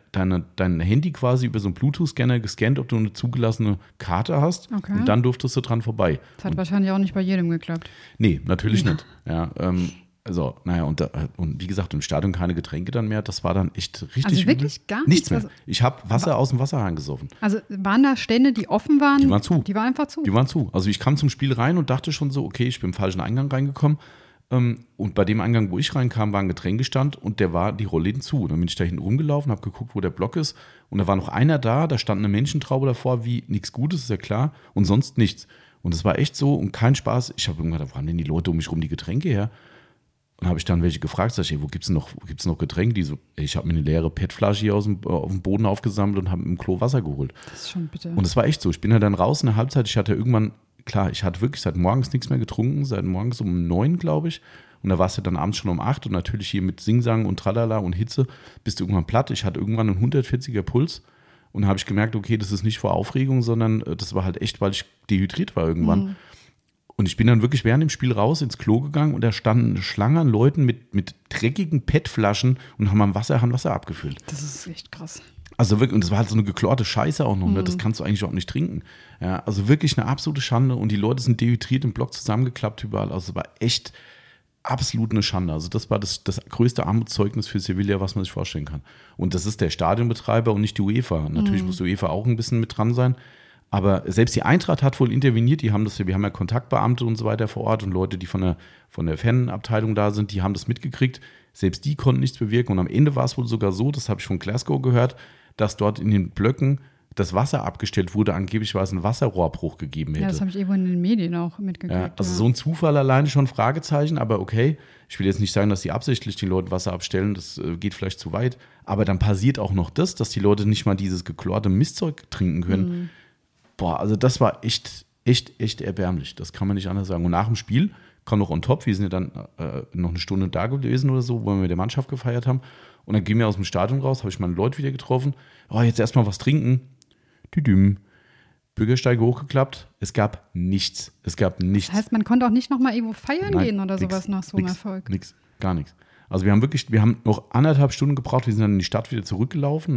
dein Handy quasi über so einen Bluetooth-Scanner gescannt, ob du eine zugelassene Karte hast. Okay. Und dann durftest du dran vorbei. Das hat wahrscheinlich auch nicht bei jedem geklappt. Nee, natürlich nicht. Ja, also, naja, und wie gesagt, im Stadion keine Getränke dann mehr. Das war dann echt richtig. Also wirklich gar nichts mehr. Also, ich habe Wasser aus dem Wasserhahn gesoffen. Also waren da Stände, die offen waren? Die waren zu. Die waren einfach zu? Die waren zu. Also ich kam zum Spiel rein und dachte schon so, okay, ich bin im falschen Eingang reingekommen. Und bei dem Eingang, wo ich reinkam, war ein Getränkestand und der war die Rollläden zu. Dann bin ich da hinten rumgelaufen, habe geguckt, wo der Block ist. Und da war noch einer da stand eine Menschentraube davor, wie nichts Gutes, ist ja klar. Und sonst nichts. Und es war echt so und kein Spaß. Ich habe irgendwann gedacht, wo haben denn die Leute um mich rum die Getränke her? Und habe ich dann welche gefragt, sag ich, wo gibt's noch Getränke? Die so, ich habe mir eine leere PET-Flasche hier auf dem Boden aufgesammelt und habe im Klo Wasser geholt. Das ist schon bitter. Und es war echt so. Ich bin ja dann raus in der Halbzeit. Ich hatte irgendwann, klar, ich hatte wirklich seit morgens nichts mehr getrunken, seit morgens um 9, glaube ich. Und da warst du dann abends schon um 8 und natürlich hier mit Singsang und Tralala und Hitze bist du irgendwann platt. Ich hatte irgendwann einen 140er Puls und habe ich gemerkt, okay, das ist nicht vor Aufregung, sondern das war halt echt, weil ich dehydriert war irgendwann. Und ich bin dann wirklich während dem Spiel raus ins Klo gegangen und da standen eine Schlange an Leuten mit dreckigen PET-Flaschen und haben am Wasserhahn Wasser abgefüllt. Das ist echt krass. Also wirklich, und das war halt so eine geklorte Scheiße auch noch, ne? Das kannst du eigentlich auch nicht trinken. Ja, also wirklich eine absolute Schande und die Leute sind dehydriert im Block zusammengeklappt überall. Also es war echt absolut eine Schande. Also das war das größte Armutszeugnis für Sevilla, was man sich vorstellen kann. Und das ist der Stadionbetreiber und nicht die UEFA. Natürlich muss die UEFA auch ein bisschen mit dran sein. Aber selbst die Eintracht hat wohl interveniert, wir haben ja Kontaktbeamte und so weiter vor Ort und Leute, die von der Fanabteilung da sind, die haben das mitgekriegt. Selbst die konnten nichts bewirken und am Ende war es wohl sogar so, das habe ich von Glasgow gehört, dass dort in den Blöcken das Wasser abgestellt wurde, angeblich weil es einen Wasserrohrbruch gegeben hätte. Ja, das habe ich irgendwo in den Medien auch mitgekriegt. Ja, also so ein Zufall alleine schon Fragezeichen, aber okay, ich will jetzt nicht sagen, dass die absichtlich den Leuten Wasser abstellen, das geht vielleicht zu weit, aber dann passiert auch noch das, dass die Leute nicht mal dieses geklorte Mistzeug trinken können. Boah, also das war echt erbärmlich. Das kann man nicht anders sagen. Und nach dem Spiel kam noch on top. Wir sind ja dann noch eine Stunde da gewesen oder so, wo wir mit der Mannschaft gefeiert haben. Und dann gehen wir aus dem Stadion raus, habe ich meine Leute wieder getroffen. Oh, jetzt erstmal was trinken. Düdüm. Bürgersteige hochgeklappt. Es gab nichts. Das heißt, man konnte auch nicht nochmal irgendwo feiern gehen oder sowas nach so einem Erfolg? Gar nichts. Also wir haben noch 1,5 Stunden gebraucht. Wir sind dann in die Stadt wieder zurückgelaufen,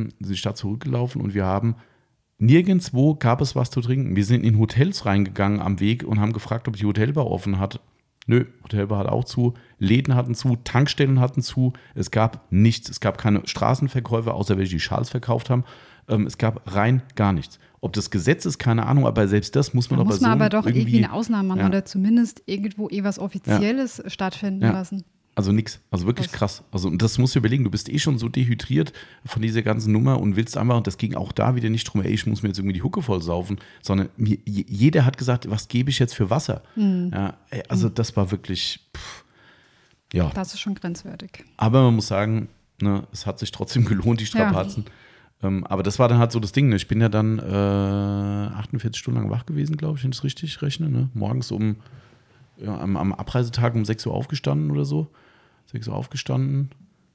und wir haben nirgendwo gab es was zu trinken. Wir sind in Hotels reingegangen am Weg und haben gefragt, ob die Hotelbar offen hat. Nö, Hotelbar hat auch zu. Läden hatten zu, Tankstellen hatten zu. Es gab nichts. Es gab keine Straßenverkäufer, außer welche die Schals verkauft haben. Es gab rein gar nichts. Ob das Gesetz ist, keine Ahnung, aber selbst das muss man aber doch irgendwie eine Ausnahme machen oder zumindest irgendwo was Offizielles stattfinden lassen. Also nix, also wirklich krass. Also und das musst du überlegen, du bist schon so dehydriert von dieser ganzen Nummer und willst einfach, und das ging auch da wieder nicht drum, ich muss mir jetzt irgendwie die Hucke voll saufen, sondern jeder hat gesagt, was gebe ich jetzt für Wasser? Ja, also das war wirklich, Das ist schon grenzwertig. Aber man muss sagen, Ne? Es hat sich trotzdem gelohnt, die Strapazen. Aber das war dann halt so das Ding. Ne? Ich bin ja dann 48 Stunden lang wach gewesen, glaube ich, wenn ich es richtig rechne. Ne? Morgens am Abreisetag um 6 Uhr aufgestanden oder so. 6 Uhr aufgestanden.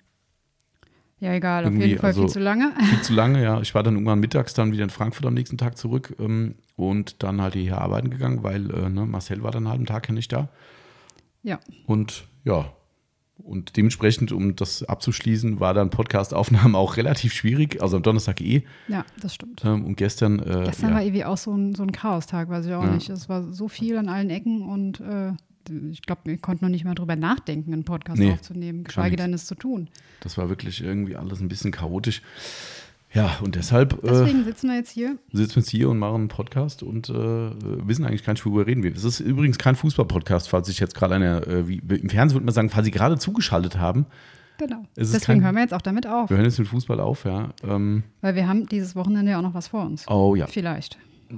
Ja, egal, auf Irgendwie, jeden Fall also viel zu lange. Viel zu lange, ja. Ich war dann irgendwann mittags dann wieder in Frankfurt am nächsten Tag zurück und dann halt hierher arbeiten gegangen, weil Marcel war dann halt einen Tag ja nicht da. Ja. Und und dementsprechend, um das abzuschließen, war dann Podcast-Aufnahmen auch relativ schwierig. Also am Donnerstag Ja, das stimmt. und gestern. Gestern war irgendwie auch so ein Chaostag, weiß ich auch nicht. Es war so viel an allen Ecken und ich glaube, wir konnten noch nicht mal drüber nachdenken, einen Podcast aufzunehmen, geschweige denn es zu tun. Das war wirklich irgendwie alles ein bisschen chaotisch. Ja, und deshalb Deswegen sitzen wir jetzt hier und machen einen Podcast und wissen eigentlich gar nicht, worüber reden wir. Es ist übrigens kein Fußball-Podcast, falls sich jetzt gerade im Fernsehen würde man sagen, falls Sie gerade zugeschaltet haben. Genau. Deswegen hören wir jetzt auch damit auf. Wir hören jetzt mit Fußball auf, ja. Weil wir haben dieses Wochenende ja auch noch was vor uns. Oh ja. Vielleicht.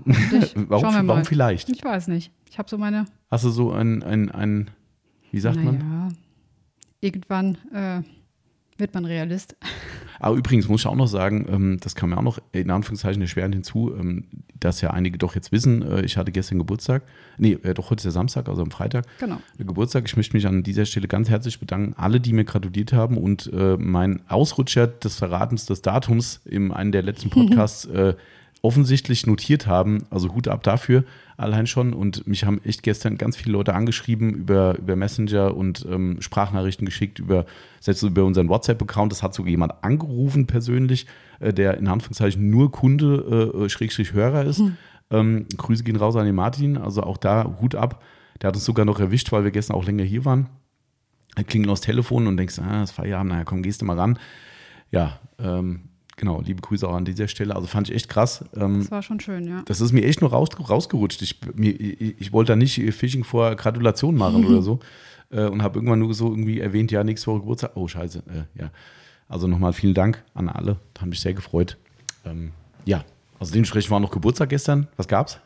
Warum vielleicht? Ich weiß nicht. Ich habe so meine. Hast du so ein wie sagt man? Ja, irgendwann wird man Realist. Aber übrigens muss ich auch noch sagen, das kam mir auch noch in Anführungszeichen erschwerend hinzu, dass ja einige doch jetzt wissen, ich hatte gestern Geburtstag. Doch heute ist der Samstag, also am Freitag. Genau. Geburtstag. Ich möchte mich an dieser Stelle ganz herzlich bedanken, alle, die mir gratuliert haben und mein Ausrutscher des Verratens des Datums in einem der letzten Podcasts offensichtlich notiert haben. Also Hut ab dafür allein schon. Und mich haben echt gestern ganz viele Leute angeschrieben über Messenger und Sprachnachrichten geschickt, selbst über unseren WhatsApp-Account. Das hat sogar jemand angerufen persönlich, der in Anführungszeichen nur Kunde Hörer ist. Grüße gehen raus an den Martin. Also auch da Hut ab. Der hat uns sogar noch erwischt, weil wir gestern auch länger hier waren. Er klingelt aufs Telefon und denkst, das ist Feierabend, naja, komm, gehst du mal ran. Ja, genau, liebe Grüße auch an dieser Stelle. Also fand ich echt krass. Das war schon schön, ja. Das ist mir echt nur rausgerutscht. Ich wollte da nicht Phishing vor Gratulation machen oder so. Und habe irgendwann nur so irgendwie erwähnt, ja, nächste Woche Geburtstag. Oh, scheiße. Ja. Also nochmal vielen Dank an alle. Das hat mich sehr gefreut. Ja, also dementsprechend war noch Geburtstag gestern. Was gab's?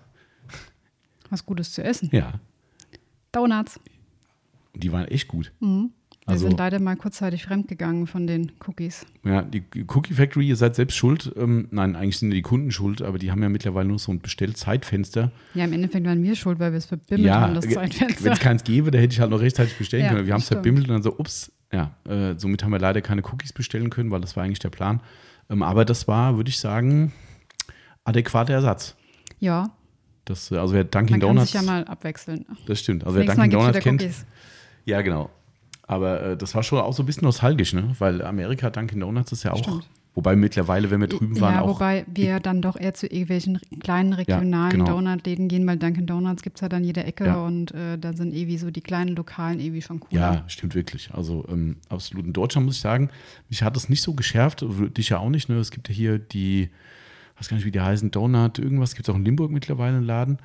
Was Gutes zu essen. Ja. Donuts. Die waren echt gut. Mhm. Wir sind leider mal kurzzeitig fremdgegangen von den Cookies. Ja, die Cookie Factory, ihr seid selbst schuld. Nein, eigentlich sind die Kunden schuld, aber die haben ja mittlerweile nur so ein Bestellzeitfenster. Ja, im Endeffekt waren wir schuld, weil wir es verbimmelt haben, das Zeitfenster. Wenn es keins gäbe, da hätte ich halt noch rechtzeitig bestellen können. Wir haben es stimmt. verbimmelt und dann so, ups. Ja, somit haben wir leider keine Cookies bestellen können, weil das war eigentlich der Plan. Aber das war, würde ich sagen, adäquater Ersatz. Ja. Also wer Dunkin' Man kann Donuts. sich ja mal abwechseln. Das stimmt. Also wer Dunkin' Donuts kennt. Cookies. Ja, genau. Aber das war schon auch so ein bisschen nostalgisch, ne? Weil Amerika, Dunkin' Donuts ist ja auch. Stimmt. Wobei mittlerweile, wenn wir drüben waren, auch. Wobei wir dann doch eher zu irgendwelchen kleinen regionalen Donutläden gehen, weil Dunkin' Donuts gibt es ja dann jede Ecke und da sind irgendwie so die kleinen Lokalen irgendwie schon cooler. Ja, stimmt wirklich. Also absolut. In Deutschland muss ich sagen, mich hat das nicht so geschärft, dich ja auch nicht, ne? Es gibt ja hier die, weiß gar nicht, wie die heißen, Donut, irgendwas, gibt es auch in Limburg mittlerweile einen Laden.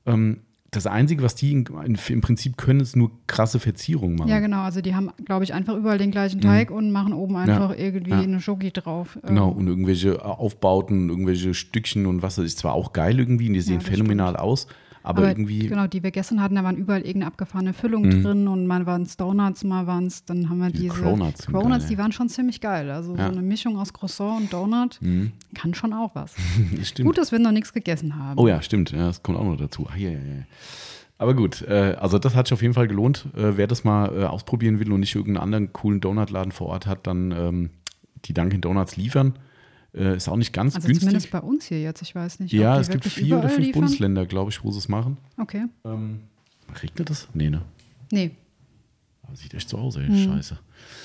Das Einzige, was die im Prinzip können, ist nur krasse Verzierungen machen. Ja, genau. Also die haben, glaube ich, einfach überall den gleichen Teig und machen oben einfach irgendwie eine Schoki drauf. Genau, und irgendwelche Aufbauten, irgendwelche Stückchen und was. Das ist zwar auch geil irgendwie, die sehen phänomenal aus, aber irgendwie. Genau, die wir gestern hatten, da waren überall irgendeine abgefahrene Füllung drin und mal waren es Donuts, mal waren es, dann haben wir diese Cronuts, die waren schon ziemlich geil. Also so eine Mischung aus Croissant und Donut kann schon auch was. Stimmt. Gut, dass wir noch nichts gegessen haben. Oh ja, stimmt. Ja, das kommt auch noch dazu. Ja. Aber gut, also das hat sich auf jeden Fall gelohnt. Wer das mal ausprobieren will und nicht irgendeinen anderen coolen Donutladen vor Ort hat, dann die Dunkin' Donuts liefern. Ist auch nicht ganz günstig. Zumindest bei uns hier jetzt, ich weiß nicht. Ja, es gibt 4 oder 5 Bundesländer, glaube ich, wo sie es machen. Okay. Regnet das? Nee, ne? Nee. Aber sieht echt so aus, ey. Scheiße.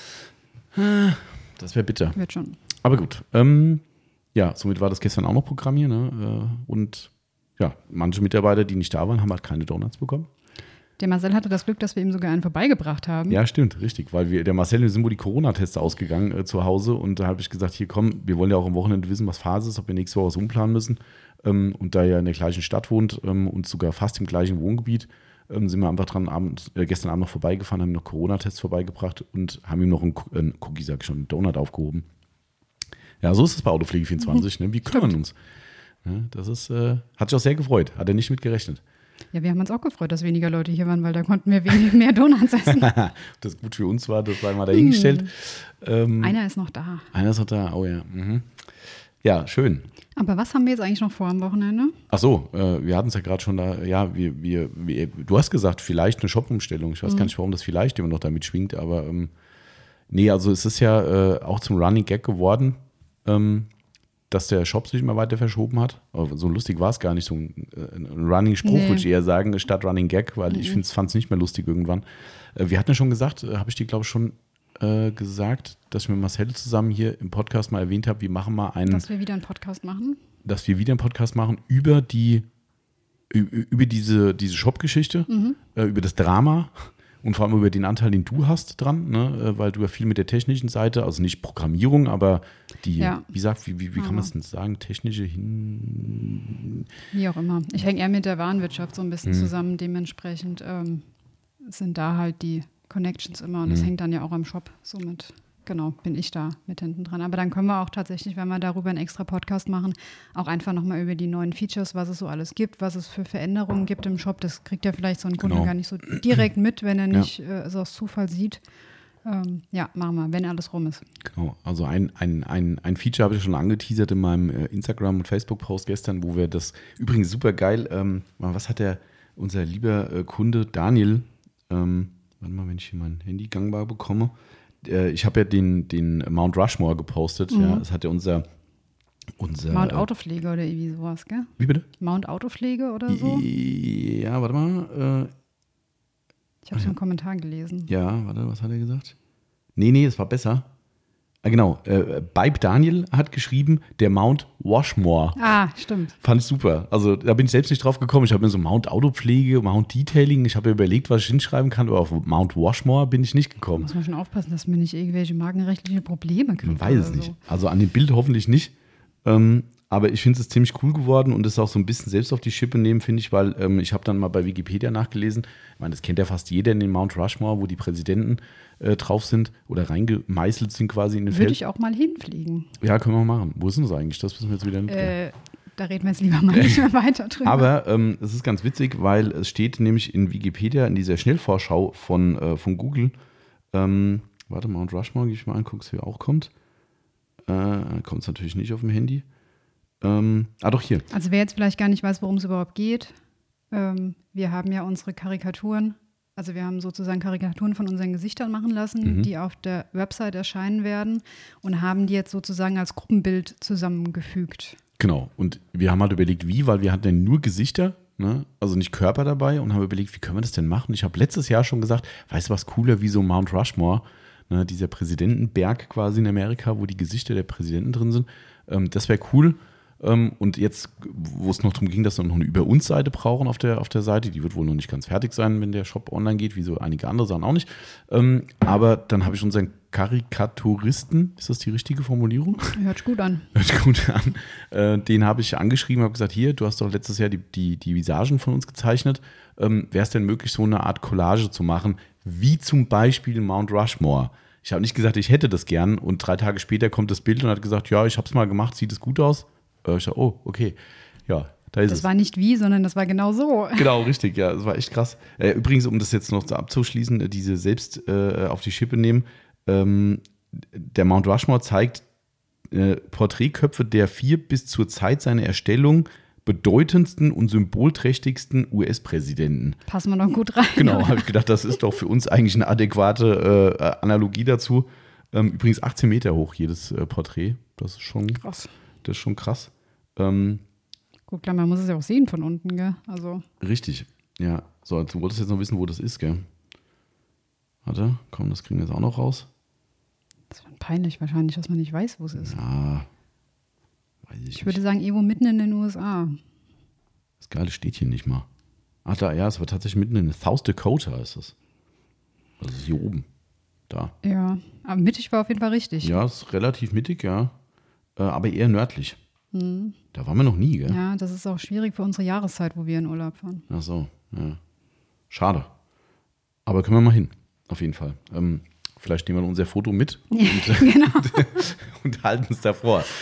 Das wäre bitter. Wird schon. Aber gut. Ja, somit war das gestern auch noch Programm hier, ne? Und ja, manche Mitarbeiter, die nicht da waren, haben halt keine Donuts bekommen. Der Marcel hatte das Glück, dass wir ihm sogar einen vorbeigebracht haben. Ja, stimmt, richtig. Weil wir sind wohl die Corona-Tests ausgegangen zu Hause und da habe ich gesagt, hier komm, wir wollen ja auch am Wochenende wissen, was Phase ist, ob wir nächste Woche was umplanen müssen. Und da er in der gleichen Stadt wohnt und sogar fast im gleichen Wohngebiet, sind wir einfach gestern Abend noch vorbeigefahren, haben noch Corona-Tests vorbeigebracht und haben ihm noch einen Donut aufgehoben. Ja, so ist es bei Autopflege24, ne? Wir kümmern uns. Ja, das ist, hat sich auch sehr gefreut, hat er nicht mit gerechnet. Ja, wir haben uns auch gefreut, dass weniger Leute hier waren, weil da konnten wir mehr Donuts essen. Das gut für uns war, das sei mal dahingestellt. Einer ist noch da. Einer ist noch da, oh ja. Mhm. Ja, schön. Aber was haben wir jetzt eigentlich noch vor am Wochenende? Ach so, wir hatten es ja gerade schon da, ja, du hast gesagt, vielleicht eine Shop-Umstellung. Ich weiß gar nicht, warum das vielleicht immer noch da mitschwingt, aber nee, also es ist ja auch zum Running Gag geworden, dass der Shop sich immer weiter verschoben hat. Aber so lustig war es gar nicht, so ein Running Spruch würde ich eher sagen, statt Running Gag, weil ich fand es nicht mehr lustig irgendwann. Wir hatten ja schon gesagt, habe ich dir glaube ich schon gesagt, dass ich mit Marcel zusammen hier im Podcast mal erwähnt habe, wir machen mal einen. Dass wir wieder einen Podcast machen? Dass wir wieder einen Podcast machen über diese Shop-Geschichte, über das Drama und vor allem über den Anteil, den du hast dran, ne? Weil du ja viel mit der technischen Seite, also nicht Programmierung, aber die, wie kann man es denn sagen, technische Wie auch immer. Ich hänge eher mit der Warenwirtschaft so ein bisschen zusammen, dementsprechend sind da halt die Connections immer und das hängt dann ja auch am Shop. Somit, genau, bin ich da mit hinten dran. Aber dann können wir auch tatsächlich, wenn wir darüber einen extra Podcast machen, auch einfach nochmal über die neuen Features, was es so alles gibt, was es für Veränderungen gibt im Shop. Das kriegt ja vielleicht so ein Kunde gar nicht so direkt mit, wenn er nicht es aus Zufall sieht. Machen wir, wenn alles rum ist. Genau, also ein Feature habe ich schon angeteasert in meinem Instagram- und Facebook-Post gestern, wo wir das, übrigens super geil, was hat unser lieber Kunde Daniel, warte mal, wenn ich hier mein Handy gangbar bekomme. Ich habe ja den Mount Rushmore gepostet. Ja, das hat ja unser Mount Autopflege oder irgendwie sowas, gell? Wie bitte? Mount Autopflege oder so? Ja, warte mal. Ich habe so einen Kommentar gelesen. Ja, warte, was hat er gesagt? Nee, es war besser. Genau, Bibe Daniel hat geschrieben, der Mount Washmore. Ah, stimmt. Fand ich super. Also da bin ich selbst nicht drauf gekommen. Ich habe mir so Mount Autopflege, Mount Detailing, ich habe mir überlegt, was ich hinschreiben kann, aber auf Mount Washmore bin ich nicht gekommen. Muss man schon aufpassen, dass man nicht irgendwelche markenrechtliche Probleme kriegt. Man weiß es nicht. Also an dem Bild hoffentlich nicht. Aber ich finde es ziemlich cool geworden und es auch so ein bisschen selbst auf die Schippe nehmen, finde ich, weil ich habe dann mal bei Wikipedia nachgelesen. Ich meine, das kennt ja fast jeder in den Mount Rushmore, wo die Präsidenten drauf sind oder reingemeißelt sind quasi in den Feld. Würde ich auch mal hinfliegen. Ja, können wir mal machen. Wo ist denn das eigentlich? Das müssen wir jetzt wieder nicht. Da reden wir jetzt lieber mal nicht mehr weiter drüber. Aber es ist ganz witzig, weil es steht nämlich in Wikipedia, in dieser Schnellvorschau von Google, warte, Mount Rushmore, gehe ich mal an, guck's, wer auch kommt. Kommt es natürlich nicht auf dem Handy. Doch, hier. Also wer jetzt vielleicht gar nicht weiß, worum es überhaupt geht, wir haben ja unsere Karikaturen, also wir haben sozusagen Karikaturen von unseren Gesichtern machen lassen, die auf der Website erscheinen werden und haben die jetzt sozusagen als Gruppenbild zusammengefügt. Genau, und wir haben halt überlegt, weil wir hatten ja nur Gesichter, ne? Also nicht Körper dabei und haben überlegt, wie können wir das denn machen? Ich habe letztes Jahr schon gesagt, weißt du was cooler wie so Mount Rushmore, ne? Dieser Präsidentenberg quasi in Amerika, wo die Gesichter der Präsidenten drin sind. Das wäre cool. Und jetzt, wo es noch darum ging, dass wir noch eine Über-uns-Seite brauchen auf der Seite, die wird wohl noch nicht ganz fertig sein, wenn der Shop online geht, wie so einige andere Sachen auch nicht. Aber dann habe ich unseren Karikaturisten, ist das die richtige Formulierung? Hört sich gut an. Hört sich gut an. Den habe ich angeschrieben, habe gesagt, hier, du hast doch letztes Jahr die Visagen von uns gezeichnet. Wäre es denn möglich, so eine Art Collage zu machen, wie zum Beispiel Mount Rushmore? Ich habe nicht gesagt, ich hätte das gern und 3 Tage später kommt das Bild und hat gesagt, ja, ich habe es mal gemacht, sieht es gut aus? Ich dachte, oh, okay, ja, da ist es. Das war nicht wie, sondern das war genau so. Genau, richtig, ja, das war echt krass. Übrigens, um das jetzt noch abzuschließen, diese selbst auf die Schippe nehmen, der Mount Rushmore zeigt Porträtköpfe der 4 bis zur Zeit seiner Erstellung bedeutendsten und symbolträchtigsten US-Präsidenten. Passen wir noch gut rein. Genau, habe ich gedacht, das ist doch für uns eigentlich eine adäquate Analogie dazu. Übrigens 18 Meter hoch, jedes Porträt. Das ist schon krass. Das ist schon krass. Gut, klar, man muss es ja auch sehen von unten, gell? Also. Richtig, ja. So, du wolltest jetzt noch wissen, wo das ist, gell? Warte, komm, das kriegen wir jetzt auch noch raus. Das ist peinlich wahrscheinlich, dass man nicht weiß, wo es ist. Ja, weiß ich würde sagen, irgendwo mitten in den USA. Das Geile steht hier nicht mal. Ach, da, ja, es war tatsächlich mitten in South Dakota ist es. Das ist hier oben. Da. Ja, aber mittig war auf jeden Fall richtig. Ja, ist relativ mittig, ja. Aber eher nördlich. Da waren wir noch nie, gell? Ja, das ist auch schwierig für unsere Jahreszeit, wo wir in Urlaub fahren. Ach so, ja. Schade. Aber können wir mal hin, auf jeden Fall. Vielleicht nehmen wir unser Foto mit genau. und halten es davor.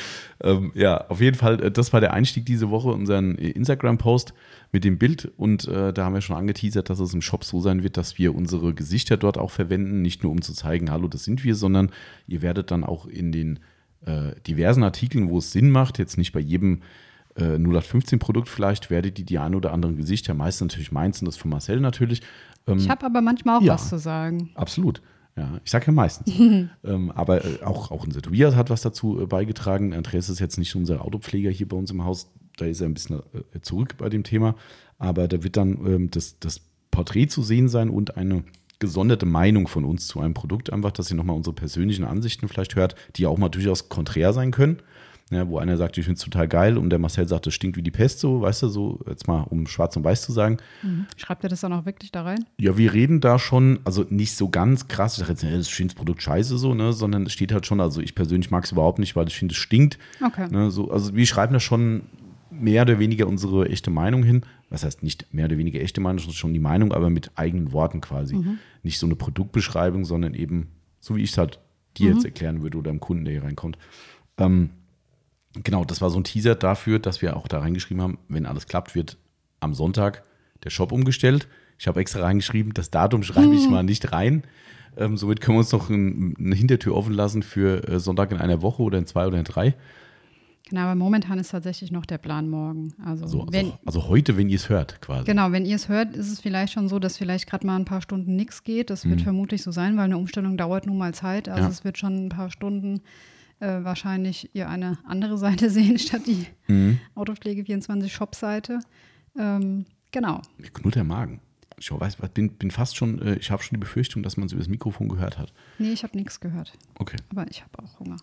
Ja, auf jeden Fall, das war der Einstieg diese Woche, unseren Instagram-Post mit dem Bild. Und da haben wir schon angeteasert, dass es im Shop so sein wird, dass wir unsere Gesichter dort auch verwenden. Nicht nur, um zu zeigen, hallo, das sind wir, sondern ihr werdet dann auch in den diversen Artikeln, wo es Sinn macht, jetzt nicht bei jedem 0815-Produkt vielleicht, werdet ihr die ein oder anderen Gesichter, meistens natürlich meins und das von Marcel natürlich. Ich habe aber manchmal auch was zu sagen. Absolut. Ja, ich sage ja meistens. Aber auch unser Tobias hat was dazu beigetragen. Andreas ist jetzt nicht unser Autopfleger hier bei uns im Haus. Da ist er ein bisschen zurück bei dem Thema. Aber da wird dann das Porträt zu sehen sein und eine gesonderte Meinung von uns zu einem Produkt. Einfach, dass ihr nochmal unsere persönlichen Ansichten vielleicht hört, die auch mal durchaus konträr sein können. Ja, wo einer sagt, ich finde es total geil und der Marcel sagt, das stinkt wie die Pest, so, weißt du, so jetzt mal, um schwarz und weiß zu sagen. Schreibt ihr das dann auch wirklich da rein? Ja, wir reden da schon, also nicht so ganz krass, ich sage jetzt, das ist das Produkt scheiße so, ne, sondern es steht halt schon, also ich persönlich mag es überhaupt nicht, weil ich finde, es stinkt. Okay. Ne, so, also wir schreiben da schon mehr oder weniger unsere echte Meinung hin. Was heißt nicht mehr oder weniger echte Meinung, sondern schon die Meinung, aber mit eigenen Worten quasi. Nicht so eine Produktbeschreibung, sondern eben, so wie ich es halt dir jetzt erklären würde oder dem Kunden, der hier reinkommt. Genau, das war so ein Teaser dafür, dass wir auch da reingeschrieben haben, wenn alles klappt, wird am Sonntag der Shop umgestellt. Ich habe extra reingeschrieben, das Datum schreibe ich mal nicht rein. Somit können wir uns noch eine Hintertür offen lassen für Sonntag in einer Woche oder in 2 oder in 3. Genau, aber momentan ist tatsächlich noch der Plan morgen. Also heute, wenn ihr es hört quasi. Genau, wenn ihr es hört, ist es vielleicht schon so, dass vielleicht gerade mal ein paar Stunden nichts geht. Das wird vermutlich so sein, weil eine Umstellung dauert nun mal Zeit. Also es wird schon ein paar Stunden wahrscheinlich ihr eine andere Seite sehen, statt die Autopflege24 Shop-Seite. Genau. Mir knurrt der Magen. Ich weiß, bin fast schon, ich habe schon die Befürchtung, dass man es über das Mikrofon gehört hat. Nee, ich habe nichts gehört. Okay. Aber ich habe auch Hunger.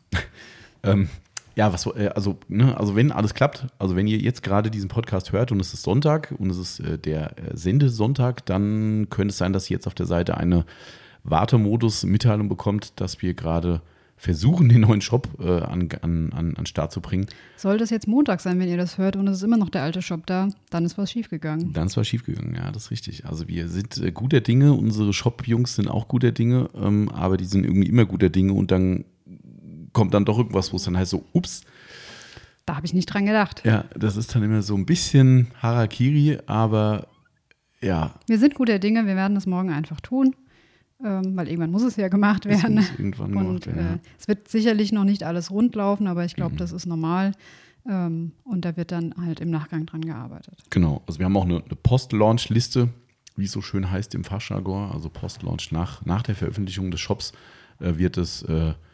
Ja, also wenn alles klappt, also wenn ihr jetzt gerade diesen Podcast hört und es ist Sonntag und es ist der Sendesonntag, dann könnte es sein, dass ihr jetzt auf der Seite eine Wartemodus-Mitteilung bekommt, dass wir gerade versuchen, den neuen Shop an Start zu bringen. Soll das jetzt Montag sein, wenn ihr das hört und es ist immer noch der alte Shop da, dann ist was schiefgegangen. Dann ist was schiefgegangen, ja, das ist richtig. Also wir sind guter Dinge, unsere Shop-Jungs sind auch guter Dinge, aber die sind irgendwie immer guter Dinge und dann kommt dann doch irgendwas, wo es dann heißt so, ups. Da habe ich nicht dran gedacht. Ja, das ist dann immer so ein bisschen Harakiri, aber ja. Wir sind guter Dinge, wir werden das morgen einfach tun. Weil irgendwann muss es ja gemacht werden. Es muss irgendwann gemacht werden, ja. Es wird sicherlich noch nicht alles rund laufen, aber ich glaube, das ist normal. Und da wird dann halt im Nachgang dran gearbeitet. Genau, also wir haben auch eine Post-Launch-Liste, wie es so schön heißt im Fachjargon. Also Post-Launch nach der Veröffentlichung des Shops wird es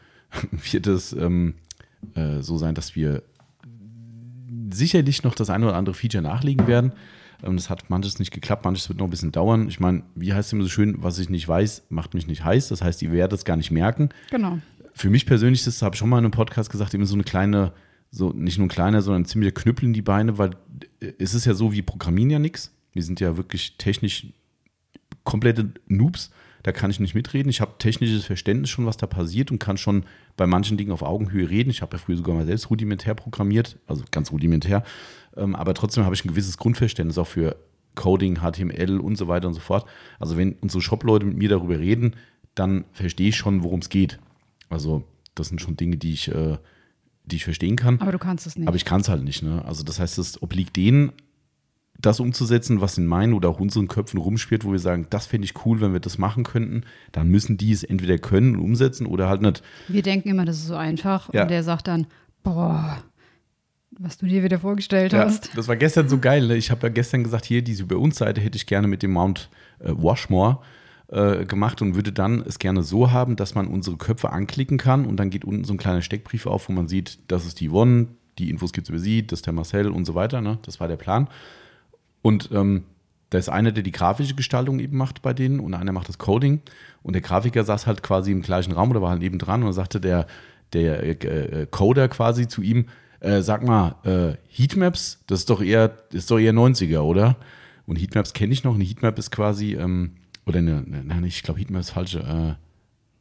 so sein, dass wir sicherlich noch das eine oder andere Feature nachlegen werden. Das hat manches nicht geklappt, manches wird noch ein bisschen dauern. Ich meine, wie heißt es immer so schön, was ich nicht weiß, macht mich nicht heiß. Das heißt, ihr werdet es gar nicht merken. Genau. Für mich persönlich, das habe ich schon mal in einem Podcast gesagt, immer so eine kleine, so nicht nur ein kleiner, sondern ein ziemlicher Knüppel in die Beine, weil es ist ja so, wir programmieren ja nichts. Wir sind ja wirklich technisch komplette Noobs. Da kann ich nicht mitreden. Ich habe technisches Verständnis schon, was da passiert und kann schon bei manchen Dingen auf Augenhöhe reden. Ich habe ja früher sogar mal selbst rudimentär programmiert, also ganz rudimentär. Aber trotzdem habe ich ein gewisses Grundverständnis auch für Coding, HTML und so weiter und so fort. Also wenn unsere Shop-Leute mit mir darüber reden, dann verstehe ich schon, worum es geht. Also das sind schon Dinge, die ich verstehen kann. Aber du kannst es nicht. Aber ich kann es halt nicht. Ne? Also das heißt, es obliegt denen, das umzusetzen, was in meinen oder auch unseren Köpfen rumspielt, wo wir sagen, das fände ich cool, wenn wir das machen könnten, dann müssen die es entweder können und umsetzen oder halt nicht. Wir denken immer, das ist so einfach Ja. Und der sagt dann, boah, was du dir wieder vorgestellt hast. Das war gestern so geil. Ne? Ich habe ja gestern gesagt, hier diese Über uns Seite hätte ich gerne mit dem Mount Washmore gemacht und würde dann es gerne so haben, dass man unsere Köpfe anklicken kann und dann geht unten so ein kleiner Steckbrief auf, wo man sieht, das ist die Yvonne, die Infos gibt es über sie, das ist der Marcel und so weiter. Ne? Das war der Plan. Und da ist einer, der die grafische Gestaltung eben macht bei denen und einer macht das Coding. Und der Grafiker saß halt quasi im gleichen Raum oder war halt nebendran und dann sagte der Coder quasi zu ihm, sag mal, Heatmaps, das ist doch eher 90er, oder? Und Heatmaps kenne ich noch. Eine Heatmap ist quasi, ich glaube, Heatmap ist falsch.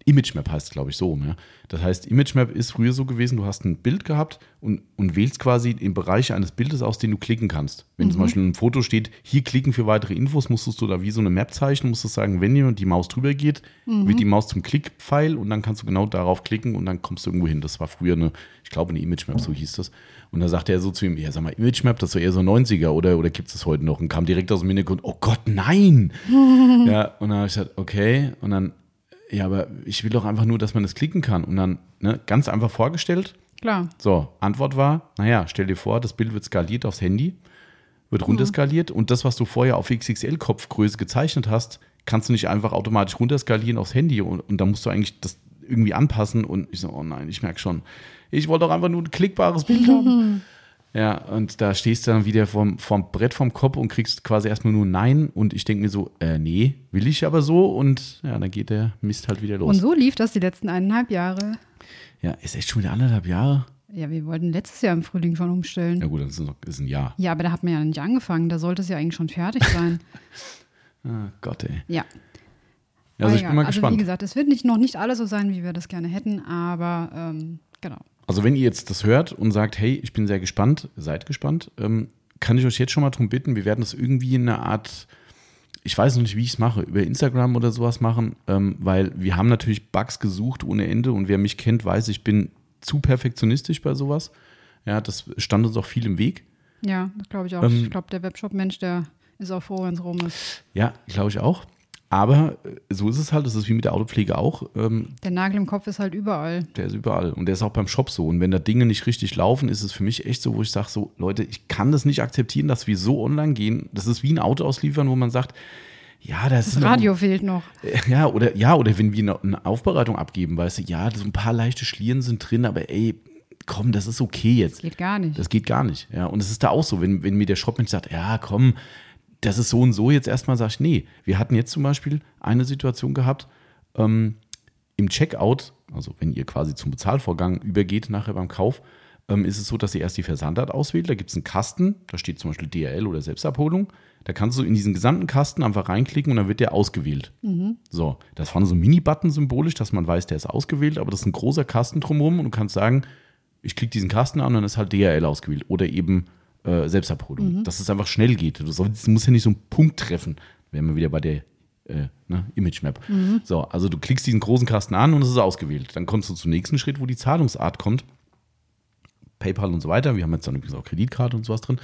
ImageMap heißt es, glaube ich, so. Ja. Das heißt, ImageMap ist früher so gewesen, du hast ein Bild gehabt und wählst quasi im Bereich eines Bildes aus, den du klicken kannst. Wenn zum Beispiel ein Foto steht, hier klicken für weitere Infos, musstest du da wie so eine Map zeichnen, musstest sagen, wenn jemand die Maus drüber geht, wird die Maus zum Klickpfeil und dann kannst du genau darauf klicken und dann kommst du irgendwo hin. Das war früher eine ImageMap, so hieß das. Und da sagte er so zu ihm, ja, sag mal, ImageMap, das ist doch eher so 90er oder gibt es das heute noch? Und kam direkt aus dem Hintergrund, oh Gott, nein! Ja, und dann habe ich gesagt, okay, und dann ja, aber ich will doch einfach nur, dass man das klicken kann. Und dann ganz einfach vorgestellt. Klar. So, Antwort war, naja, stell dir vor, das Bild wird skaliert aufs Handy, wird runterskaliert und das, was du vorher auf XXL-Kopfgröße gezeichnet hast, kannst du nicht einfach automatisch runterskalieren aufs Handy und dann musst du eigentlich das irgendwie anpassen. Und ich so, oh nein, ich merke schon, ich wollte doch einfach nur ein klickbares Bild haben. Ja, und da stehst du dann wieder vom Brett vom Kopf und kriegst quasi erstmal nur Nein. Und ich denke mir so, nee, will ich aber so. Und ja, dann geht der Mist halt wieder los. Und so lief das die letzten 1,5 Jahre. Ja, ist echt schon wieder 1,5 Jahre. Ja, wir wollten letztes Jahr im Frühling schon umstellen. Ja gut, das ist ein Jahr. Ja, aber da hat man ja nicht angefangen. Da sollte es ja eigentlich schon fertig sein. Ah, Gott, ey. Ja. Ja, also ich bin mal gespannt. Also wie gesagt, es wird noch nicht alles so sein, wie wir das gerne hätten. Aber genau. Also wenn ihr jetzt das hört und sagt, hey, ich bin sehr gespannt, seid gespannt, kann ich euch jetzt schon mal darum bitten, wir werden das irgendwie in einer Art, ich weiß noch nicht, wie ich es mache, über Instagram oder sowas machen, weil wir haben natürlich Bugs gesucht ohne Ende und wer mich kennt, weiß, ich bin zu perfektionistisch bei sowas. Ja, das stand uns auch viel im Weg. Ja, das glaube ich auch. Ich glaube, der Webshop-Mensch, der ist auch froh, wenn es rum ist. Ja, glaube ich auch. Aber so ist es halt, das ist wie mit der Autopflege auch. Der Nagel im Kopf ist halt überall. Der ist überall und der ist auch beim Shop so. Und wenn da Dinge nicht richtig laufen, ist es für mich echt so, wo ich sage so, Leute, ich kann das nicht akzeptieren, dass wir so online gehen. Das ist wie ein Auto ausliefern, wo man sagt, ja, das Radio fehlt noch. Ja, oder wenn wir eine Aufbereitung abgeben, weißt du, ja, so ein paar leichte Schlieren sind drin, aber ey, komm, das ist okay jetzt. Das geht gar nicht. Das geht gar nicht. Ja, und es ist da auch so, wenn mir der Shopmensch sagt, ja, komm, das ist so und so, jetzt erstmal sage ich, nee. Wir hatten jetzt zum Beispiel eine Situation gehabt, im Checkout, also wenn ihr quasi zum Bezahlvorgang übergeht nachher beim Kauf, ist es so, dass ihr erst die Versandart auswählt. Da gibt es einen Kasten, da steht zum Beispiel DHL oder Selbstabholung. Da kannst du in diesen gesamten Kasten einfach reinklicken und dann wird der ausgewählt. So, das war so ein Mini-Button symbolisch, dass man weiß, der ist ausgewählt, aber das ist ein großer Kasten drumherum und du kannst sagen, ich klicke diesen Kasten an und dann ist halt DHL ausgewählt oder eben Selbstabholung, dass es einfach schnell geht. Du musst ja nicht so einen Punkt treffen. Wären wir wieder bei der ImageMap. So, also du klickst diesen großen Kasten an und es ist ausgewählt. Dann kommst du zum nächsten Schritt, wo die Zahlungsart kommt. PayPal und so weiter. Wir haben jetzt dann übrigens auch Kreditkarte und sowas drin.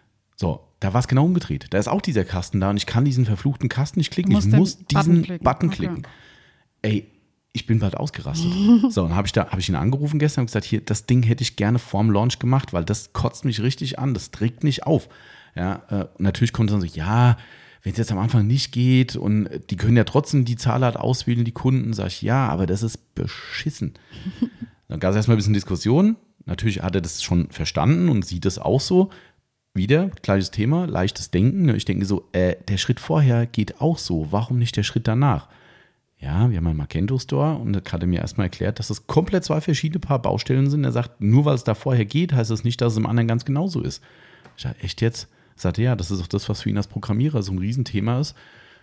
So, da war es genau umgedreht. Da ist auch dieser Kasten da und ich kann diesen verfluchten Kasten nicht klicken. Ich muss diesen Button klicken. Ey, ich bin bald ausgerastet. So, dann habe ich ihn angerufen gestern und gesagt, hier, das Ding hätte ich gerne vorm Launch gemacht, weil das kotzt mich richtig an, das trägt nicht auf. Ja, natürlich kommt dann so, ja, wenn es jetzt am Anfang nicht geht und die können ja trotzdem die Zahlart auswählen, die Kunden, sage ich, ja, aber das ist beschissen. Dann gab es erstmal ein bisschen Diskussion. Natürlich hat er das schon verstanden und sieht das auch so. Wieder, gleiches Thema, leichtes Denken. Ich denke so, der Schritt vorher geht auch so, warum nicht der Schritt danach? Ja, wir haben einen Magento-Store und da hat er mir erstmal erklärt, dass es komplett zwei verschiedene Paar Baustellen sind. Er sagt, nur weil es da vorher geht, heißt das nicht, dass es im anderen ganz genauso ist. Ich sage, echt jetzt? Er sagte, ja, das ist auch das, was für ihn als Programmierer so ein Riesenthema ist.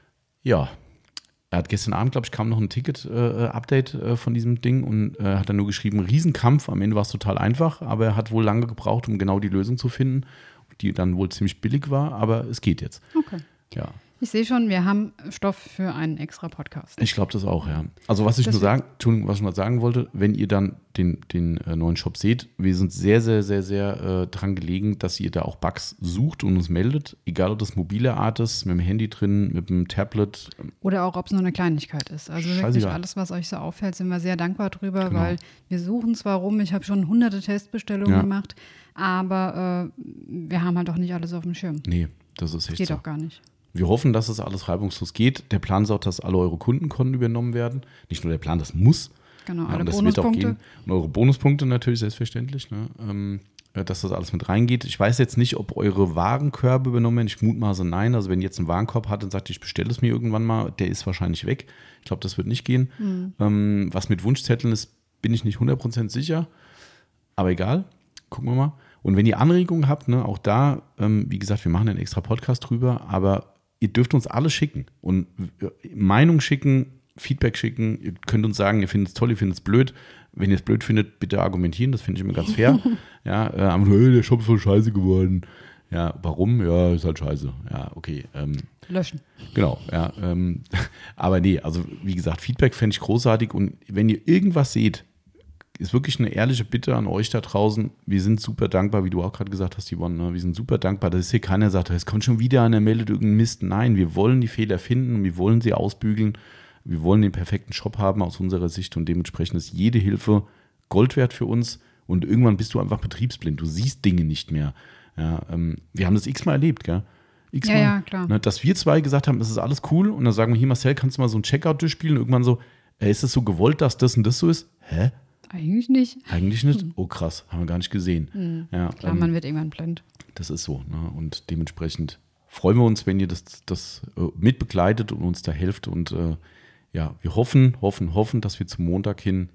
Ja, er hat gestern Abend, glaube ich, kam noch ein Ticket-Update von diesem Ding und hat dann nur geschrieben, Riesenkampf, am Ende war es total einfach, aber er hat wohl lange gebraucht, um genau die Lösung zu finden, die dann wohl ziemlich billig war, aber es geht jetzt. Okay. Ja. Ich sehe schon, wir haben Stoff für einen extra Podcast. Ich glaube das auch, ja. Also was ich mal sagen wollte, wenn ihr dann den neuen Shop seht, wir sind sehr, sehr, sehr, sehr dran gelegen, dass ihr da auch Bugs sucht und uns meldet, egal ob das mobile Art ist, mit dem Handy drin, mit dem Tablet. Oder auch, ob es nur eine Kleinigkeit ist. Also wirklich alles, was euch so auffällt, sind wir sehr dankbar drüber, weil wir suchen zwar rum, ich habe schon hunderte Testbestellungen gemacht, aber wir haben halt auch nicht alles auf dem Schirm. Nee, das ist echt so. Geht auch gar nicht. Wir hoffen, dass es alles reibungslos geht. Der Plan ist auch, dass alle eure Kundenkonten übernommen werden. Nicht nur der Plan, das muss. Genau, alle das Bonuspunkte. Wird auch gehen. Und eure Bonuspunkte natürlich selbstverständlich, ne? Dass das alles mit reingeht. Ich weiß jetzt nicht, ob eure Warenkörbe übernommen werden. Ich mutmaße nein. Also wenn ihr jetzt einen Warenkorb hat und sagt, ich bestelle es mir irgendwann mal, der ist wahrscheinlich weg. Ich glaube, das wird nicht gehen. Was mit Wunschzetteln ist, bin ich nicht 100% sicher. Aber egal, gucken wir mal. Und wenn ihr Anregungen habt, ne, auch da, wie gesagt, wir machen einen extra Podcast drüber, aber ihr dürft uns alles schicken und Meinung schicken, Feedback schicken. Ihr könnt uns sagen, ihr findet es toll, ihr findet es blöd. Wenn ihr es blöd findet, bitte argumentieren. Das finde ich immer ganz fair. Ja, der Shop ist voll scheiße geworden. Ja, warum? Ja, ist halt scheiße. Ja, okay. Löschen. Genau, ja. Aber nee, also wie gesagt, Feedback fände ich großartig. Und wenn ihr irgendwas seht, ist wirklich eine ehrliche Bitte an euch da draußen. Wir sind super dankbar, wie du auch gerade gesagt hast, Yvonne. Ne? Wir sind super dankbar, dass hier keiner sagt, es kommt schon wieder einer, meldet irgendeinen Mist. Nein, wir wollen die Fehler finden und wir wollen sie ausbügeln. Wir wollen den perfekten Shop haben aus unserer Sicht und dementsprechend ist jede Hilfe Gold wert für uns. Und irgendwann bist du einfach betriebsblind. Du siehst Dinge nicht mehr. Ja, wir haben das x-mal erlebt, gell? X-mal. Ja, klar. Ne, dass wir zwei gesagt haben, das ist alles cool. Und dann sagen wir, hier Marcel, kannst du mal so ein Checkout durchspielen? Und irgendwann so, ist es so gewollt, dass das und das so ist? Hä? Eigentlich nicht. Eigentlich nicht? Oh krass, haben wir gar nicht gesehen. Ja, klar, man wird irgendwann blind. Das ist so. Ne? Und dementsprechend freuen wir uns, wenn ihr das mitbegleitet und uns da helft. Und ja, wir hoffen, dass wir zum Montag hin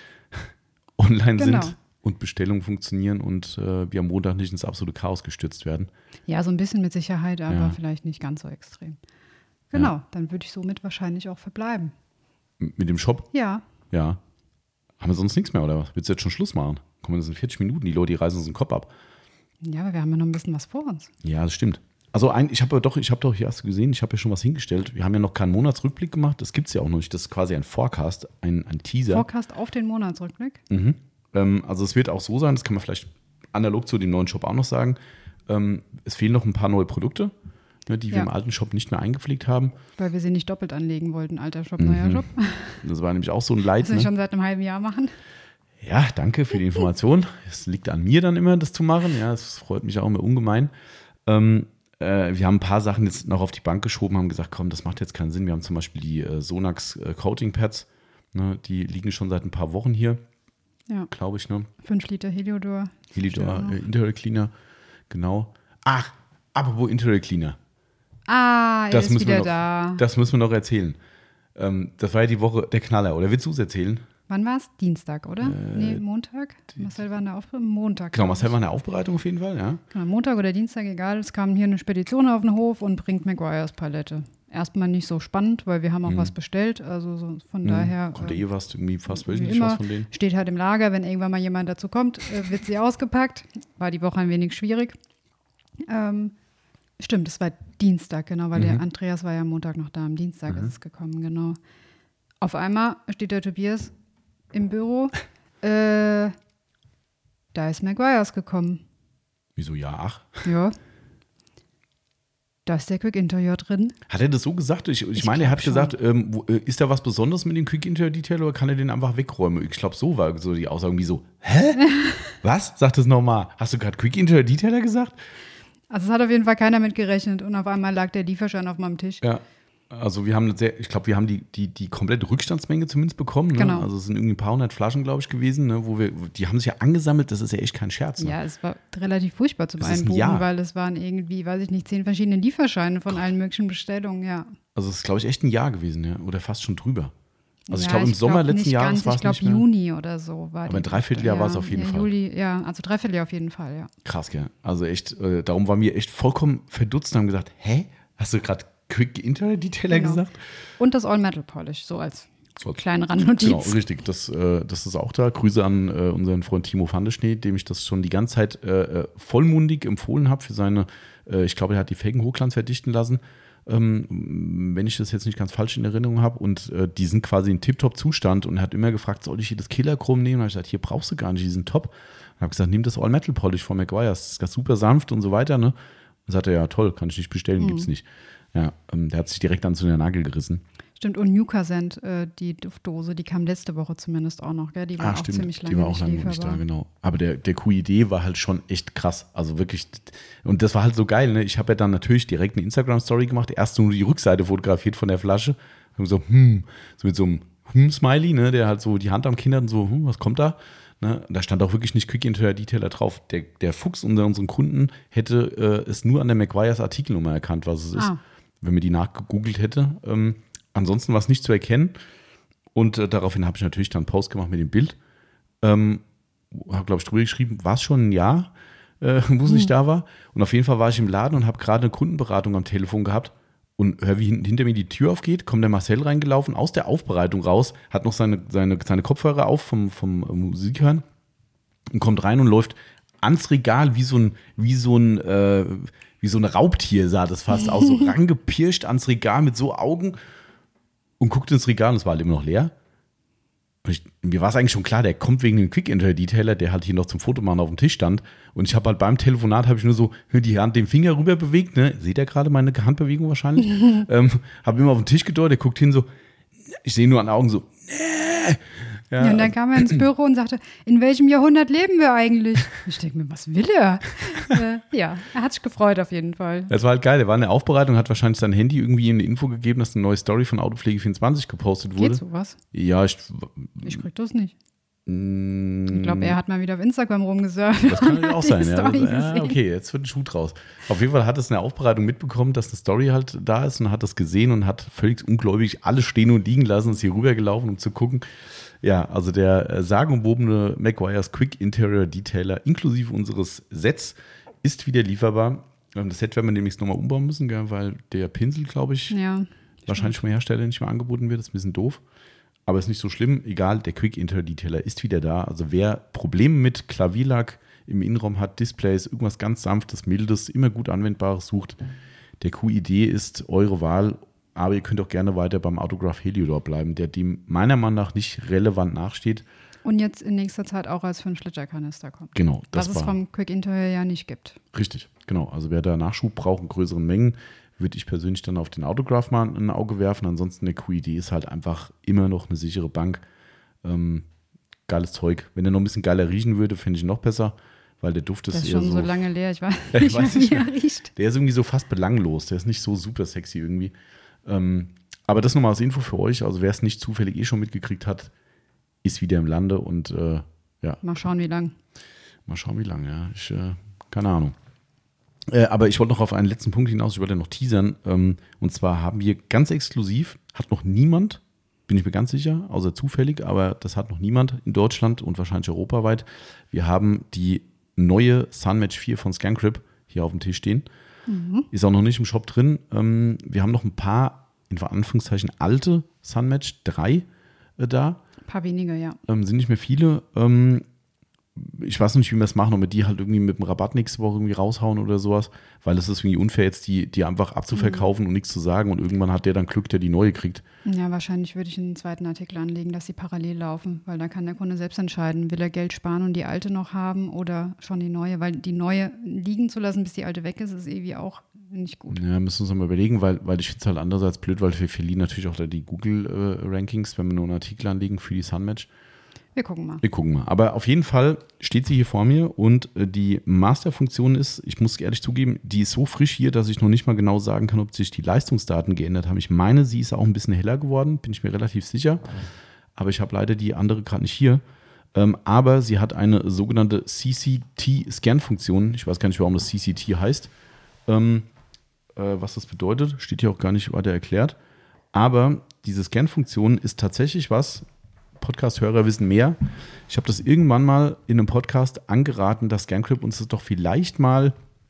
online sind und Bestellungen funktionieren und wir am Montag nicht ins absolute Chaos gestürzt werden. Ja, so ein bisschen mit Sicherheit, aber vielleicht nicht ganz so extrem. Genau, dann würde ich somit wahrscheinlich auch verbleiben. Mit dem Shop? Ja. Ja. Haben wir sonst nichts mehr, oder was? Willst du jetzt schon Schluss machen? Kommen, das sind 40 Minuten, die Leute, die reißen uns den Kopf ab. Ja, aber wir haben ja noch ein bisschen was vor uns. Ja, das stimmt. Also ich habe doch, hier hast du gesehen, ich habe ja schon was hingestellt. Wir haben ja noch keinen Monatsrückblick gemacht, das gibt es ja auch noch nicht. Das ist quasi ein Forecast, ein Teaser. Forecast auf den Monatsrückblick? Mhm. Also es wird auch so sein, das kann man vielleicht analog zu dem neuen Shop auch noch sagen. Es fehlen noch ein paar neue Produkte, die wir im alten Shop nicht mehr eingepflegt haben. Weil wir sie nicht doppelt anlegen wollten, alter Shop, neuer Shop. Das war nämlich auch so ein Leid. Das wir schon seit einem halben Jahr machen. Ja, danke für die Information. Es liegt an mir dann immer, das zu machen. Ja, das freut mich auch immer ungemein. Wir haben ein paar Sachen jetzt noch auf die Bank geschoben, haben gesagt, komm, das macht jetzt keinen Sinn. Wir haben zum Beispiel die Sonax Coating Pads, ne, die liegen schon seit ein paar Wochen hier, glaube ich. Ne? 5 Liter Heliodor. Interior Cleaner, genau. Ach, apropos Interior Cleaner. Er ist wieder da. Das müssen wir noch erzählen. Das war ja die Woche der Knaller, oder willst du es erzählen? Wann war es? Dienstag, oder? Nee, Montag. Marcel war in der Aufbereitung. Montag. Genau, Marcel war in der Aufbereitung auf jeden Fall, ja. Genau, Montag oder Dienstag, egal. Es kam hier eine Spedition auf den Hof und bringt Meguiar's Palette. Erstmal nicht so spannend, weil wir haben auch was bestellt. Also so von daher. Kommt ja was, irgendwie fast wöchentlich was von denen. Steht halt im Lager, wenn irgendwann mal jemand dazu kommt, wird sie ausgepackt. War die Woche ein wenig schwierig. Stimmt, es war Dienstag, genau, weil der Andreas war ja Montag noch da. Am Dienstag ist es gekommen, genau. Auf einmal steht der Tobias im Büro. Da ist Meguiar's gekommen. Wieso ja? Ach. Ja. Da ist der Quick Interior drin. Hat er das so gesagt? Ich meine, er hat gesagt, ist da was Besonderes mit dem Quick Interior Detail oder kann er den einfach wegräumen? Ich glaube, so war so die Aussage, wie so, hä? Was? Sag das nochmal. Hast du gerade Quick Interior Detailer gesagt? Also es hat auf jeden Fall keiner mit gerechnet und auf einmal lag der Lieferschein auf meinem Tisch. Ja. Also wir haben wir haben die komplette Rückstandsmenge zumindest bekommen. Ne? Genau. Also es sind irgendwie ein paar hundert Flaschen, glaube ich, gewesen, ne? Die haben sich ja angesammelt, das ist ja echt kein Scherz. Ne? Ja, es war relativ furchtbar zum Einbuchen, weil es waren irgendwie, weiß ich nicht, 10 verschiedene Lieferscheine von allen möglichen Bestellungen, ja. Also es ist, glaube ich, echt ein Jahr gewesen, ja, oder fast schon drüber. Also ich glaube, im Sommer letzten Jahres war es nicht mehr. Ich glaube, Juni oder so war aber ein Dreivierteljahr war es auf jeden Fall. Juli, ja, also Dreivierteljahr auf jeden Fall, ja. Krass, gell? Also echt, darum waren wir echt vollkommen verdutzt und haben gesagt, hä? Hast du gerade Quick Interior Detailer gesagt? Und das All-Metal-Polish, so als kleine Randnotiz. Genau, richtig. Das ist auch da. Grüße an unseren Freund Timo Vandeschnee, dem ich das schon die ganze Zeit vollmundig empfohlen habe für seine, ich glaube, er hat die Felgen Hochglanz verdichten lassen, wenn ich das jetzt nicht ganz falsch in Erinnerung habe. Und die sind quasi in Tip-Top-Zustand und er hat immer gefragt, soll ich hier das Killer-Chrom nehmen? Und habe ich gesagt, hier brauchst du gar nicht, die sind top. Und habe gesagt, nimm das All-Metal-Polish von Meguiar's, das ist super sanft und so weiter. Ne? Und sagte er, ja toll, kann ich nicht bestellen, gibt's nicht. Ja, der hat sich direkt an zu der Nagel gerissen. Stimmt, und Newcasent, die Duftdose, die kam letzte Woche zumindest auch noch, gell? Die war auch ziemlich lange die war auch lange nicht da, genau. Aber der QID war halt schon echt krass, also wirklich, und das war halt so geil, ne? Ich habe ja dann natürlich direkt eine Instagram-Story gemacht, erst nur die Rückseite fotografiert von der Flasche, und so mit so einem Smiley, ne? Der halt so die Hand am Kinn hat und so, was kommt da? Ne? Da stand auch wirklich nicht Quick Interior Detailer drauf. Der Fuchs unter unseren Kunden hätte es nur an der Meguiar's Artikelnummer erkannt, was es ist, wenn man die nachgegoogelt hätte. Ansonsten war es nicht zu erkennen. Und daraufhin habe ich natürlich dann einen Post gemacht mit dem Bild. Habe, glaube ich, drüber geschrieben, war es schon ein Jahr, wo es nicht da war. Und auf jeden Fall war ich im Laden und habe gerade eine Kundenberatung am Telefon gehabt. und höre, wie hinter mir die Tür aufgeht, kommt der Marcel reingelaufen, aus der Aufbereitung raus, hat noch seine Kopfhörer auf vom Musik hören und kommt rein und läuft ans Regal wie so ein Raubtier, sah das fast aus, so rangepirscht ans Regal mit so Augen und guckte ins Regal und es war halt immer noch leer. Mir war es eigentlich schon klar, der kommt wegen dem Quick-Entry-Detailer, der halt hier noch zum Fotomachen auf dem Tisch stand. Und ich habe halt beim Telefonat, habe ich nur so die Hand, den Finger rüber bewegt. Ne? Seht ihr gerade meine Handbewegung wahrscheinlich? Habe immer auf den Tisch gedeutet, der guckt hin so, ich sehe nur an den Augen so, nee. Ja, und dann kam er ins Büro und sagte, in welchem Jahrhundert leben wir eigentlich? Ich denke mir, was will er? Ja, er hat sich gefreut auf jeden Fall. Das war halt geil, er war in der Aufbereitung, hat wahrscheinlich sein Handy irgendwie eine Info gegeben, dass eine neue Story von Autopflege24 gepostet wurde. Geht sowas? Ja, ich krieg das nicht. Ich glaube, er hat mal wieder auf Instagram rumgesurft. Das kann ja auch sein, ja. Okay, jetzt wird ein Schuh draus. Auf jeden Fall hat es in der Aufbereitung mitbekommen, dass eine Story halt da ist und hat das gesehen und hat völlig ungläubig alles stehen und liegen lassen, ist hier rübergelaufen, um zu gucken. Ja, also der sagenumwobene Meguiar's Quick Interior Detailer inklusive unseres Sets ist wieder lieferbar. Das Set werden wir demnächst nochmal umbauen müssen, weil der Pinsel, glaube ich, wahrscheinlich vom Hersteller nicht mehr angeboten wird. Das ist ein bisschen doof. Aber ist nicht so schlimm. Egal, der Quick Interior Detailer ist wieder da. Also wer Probleme mit Klavierlack im Innenraum hat, Displays, irgendwas ganz Sanftes, Mildes, immer gut Anwendbares sucht, der QID ist eure Wahl. Aber ihr könnt auch gerne weiter beim Autograph Heliodor bleiben, der dem meiner Meinung nach nicht relevant nachsteht. Und jetzt in nächster Zeit auch als 5-Liter-Kanister kommt. Genau. Was es vom Quick Interior ja nicht gibt. Richtig, genau. Also wer da Nachschub braucht in größeren Mengen, würde ich persönlich dann auf den Autograph mal ein Auge werfen. Ansonsten der QID ist halt einfach immer noch eine sichere Bank. Geiles Zeug. Wenn der noch ein bisschen geiler riechen würde, finde ich ihn noch besser, weil der Duft ist eher so... Der ist schon so lange leer, ich weiß nicht, wie er riecht. Der ist irgendwie so fast belanglos, der ist nicht so super sexy irgendwie. Aber das nochmal als Info für euch, also wer es nicht zufällig schon mitgekriegt hat, ist wieder im Lande und ja. Mal schauen, wie lang. Ja. Keine Ahnung. Aber ich wollte noch auf einen letzten Punkt hinaus, ich wollte noch teasern. Und zwar haben wir ganz exklusiv, hat noch niemand, bin ich mir ganz sicher, außer zufällig, aber das hat noch niemand in Deutschland und wahrscheinlich europaweit. Wir haben die neue Sunmatch 4 von ScanCrip hier auf dem Tisch stehen. Ist auch noch nicht im Shop drin. Wir haben noch ein paar, in Anführungszeichen, alte Sunmatch 3 da. Ein paar wenige, ja. Sind nicht mehr viele. Ich weiß noch nicht, wie wir es machen, ob wir die halt irgendwie mit dem Rabatt nächste Woche irgendwie raushauen oder sowas, weil es ist irgendwie unfair, jetzt die einfach abzuverkaufen und nichts zu sagen und irgendwann hat der dann Glück, der die neue kriegt. Ja, wahrscheinlich würde ich einen zweiten Artikel anlegen, dass sie parallel laufen, weil da kann der Kunde selbst entscheiden, will er Geld sparen und die alte noch haben oder schon die neue, weil die neue liegen zu lassen, bis die alte weg ist, ist irgendwie auch nicht gut. Ja, müssen wir uns mal überlegen, weil ich finde es halt andererseits blöd, weil wir verlieren natürlich auch da die Google-Rankings, wenn wir nur einen Artikel anlegen für die Sunmatch. Wir gucken mal. Aber auf jeden Fall steht sie hier vor mir und die Masterfunktion ist, ich muss ehrlich zugeben, die ist so frisch hier, dass ich noch nicht mal genau sagen kann, ob sich die Leistungsdaten geändert haben. Ich meine, sie ist auch ein bisschen heller geworden, bin ich mir relativ sicher. Aber ich habe leider die andere gerade nicht hier. Aber sie hat eine sogenannte CCT-Scan-Funktion. Ich weiß gar nicht, warum das CCT heißt. Was das bedeutet, steht hier auch gar nicht weiter erklärt. Aber diese Scan-Funktion ist tatsächlich was, Podcast-Hörer wissen mehr. Ich habe das irgendwann mal in einem Podcast angeraten, dass ScanCrip uns das doch vielleicht mal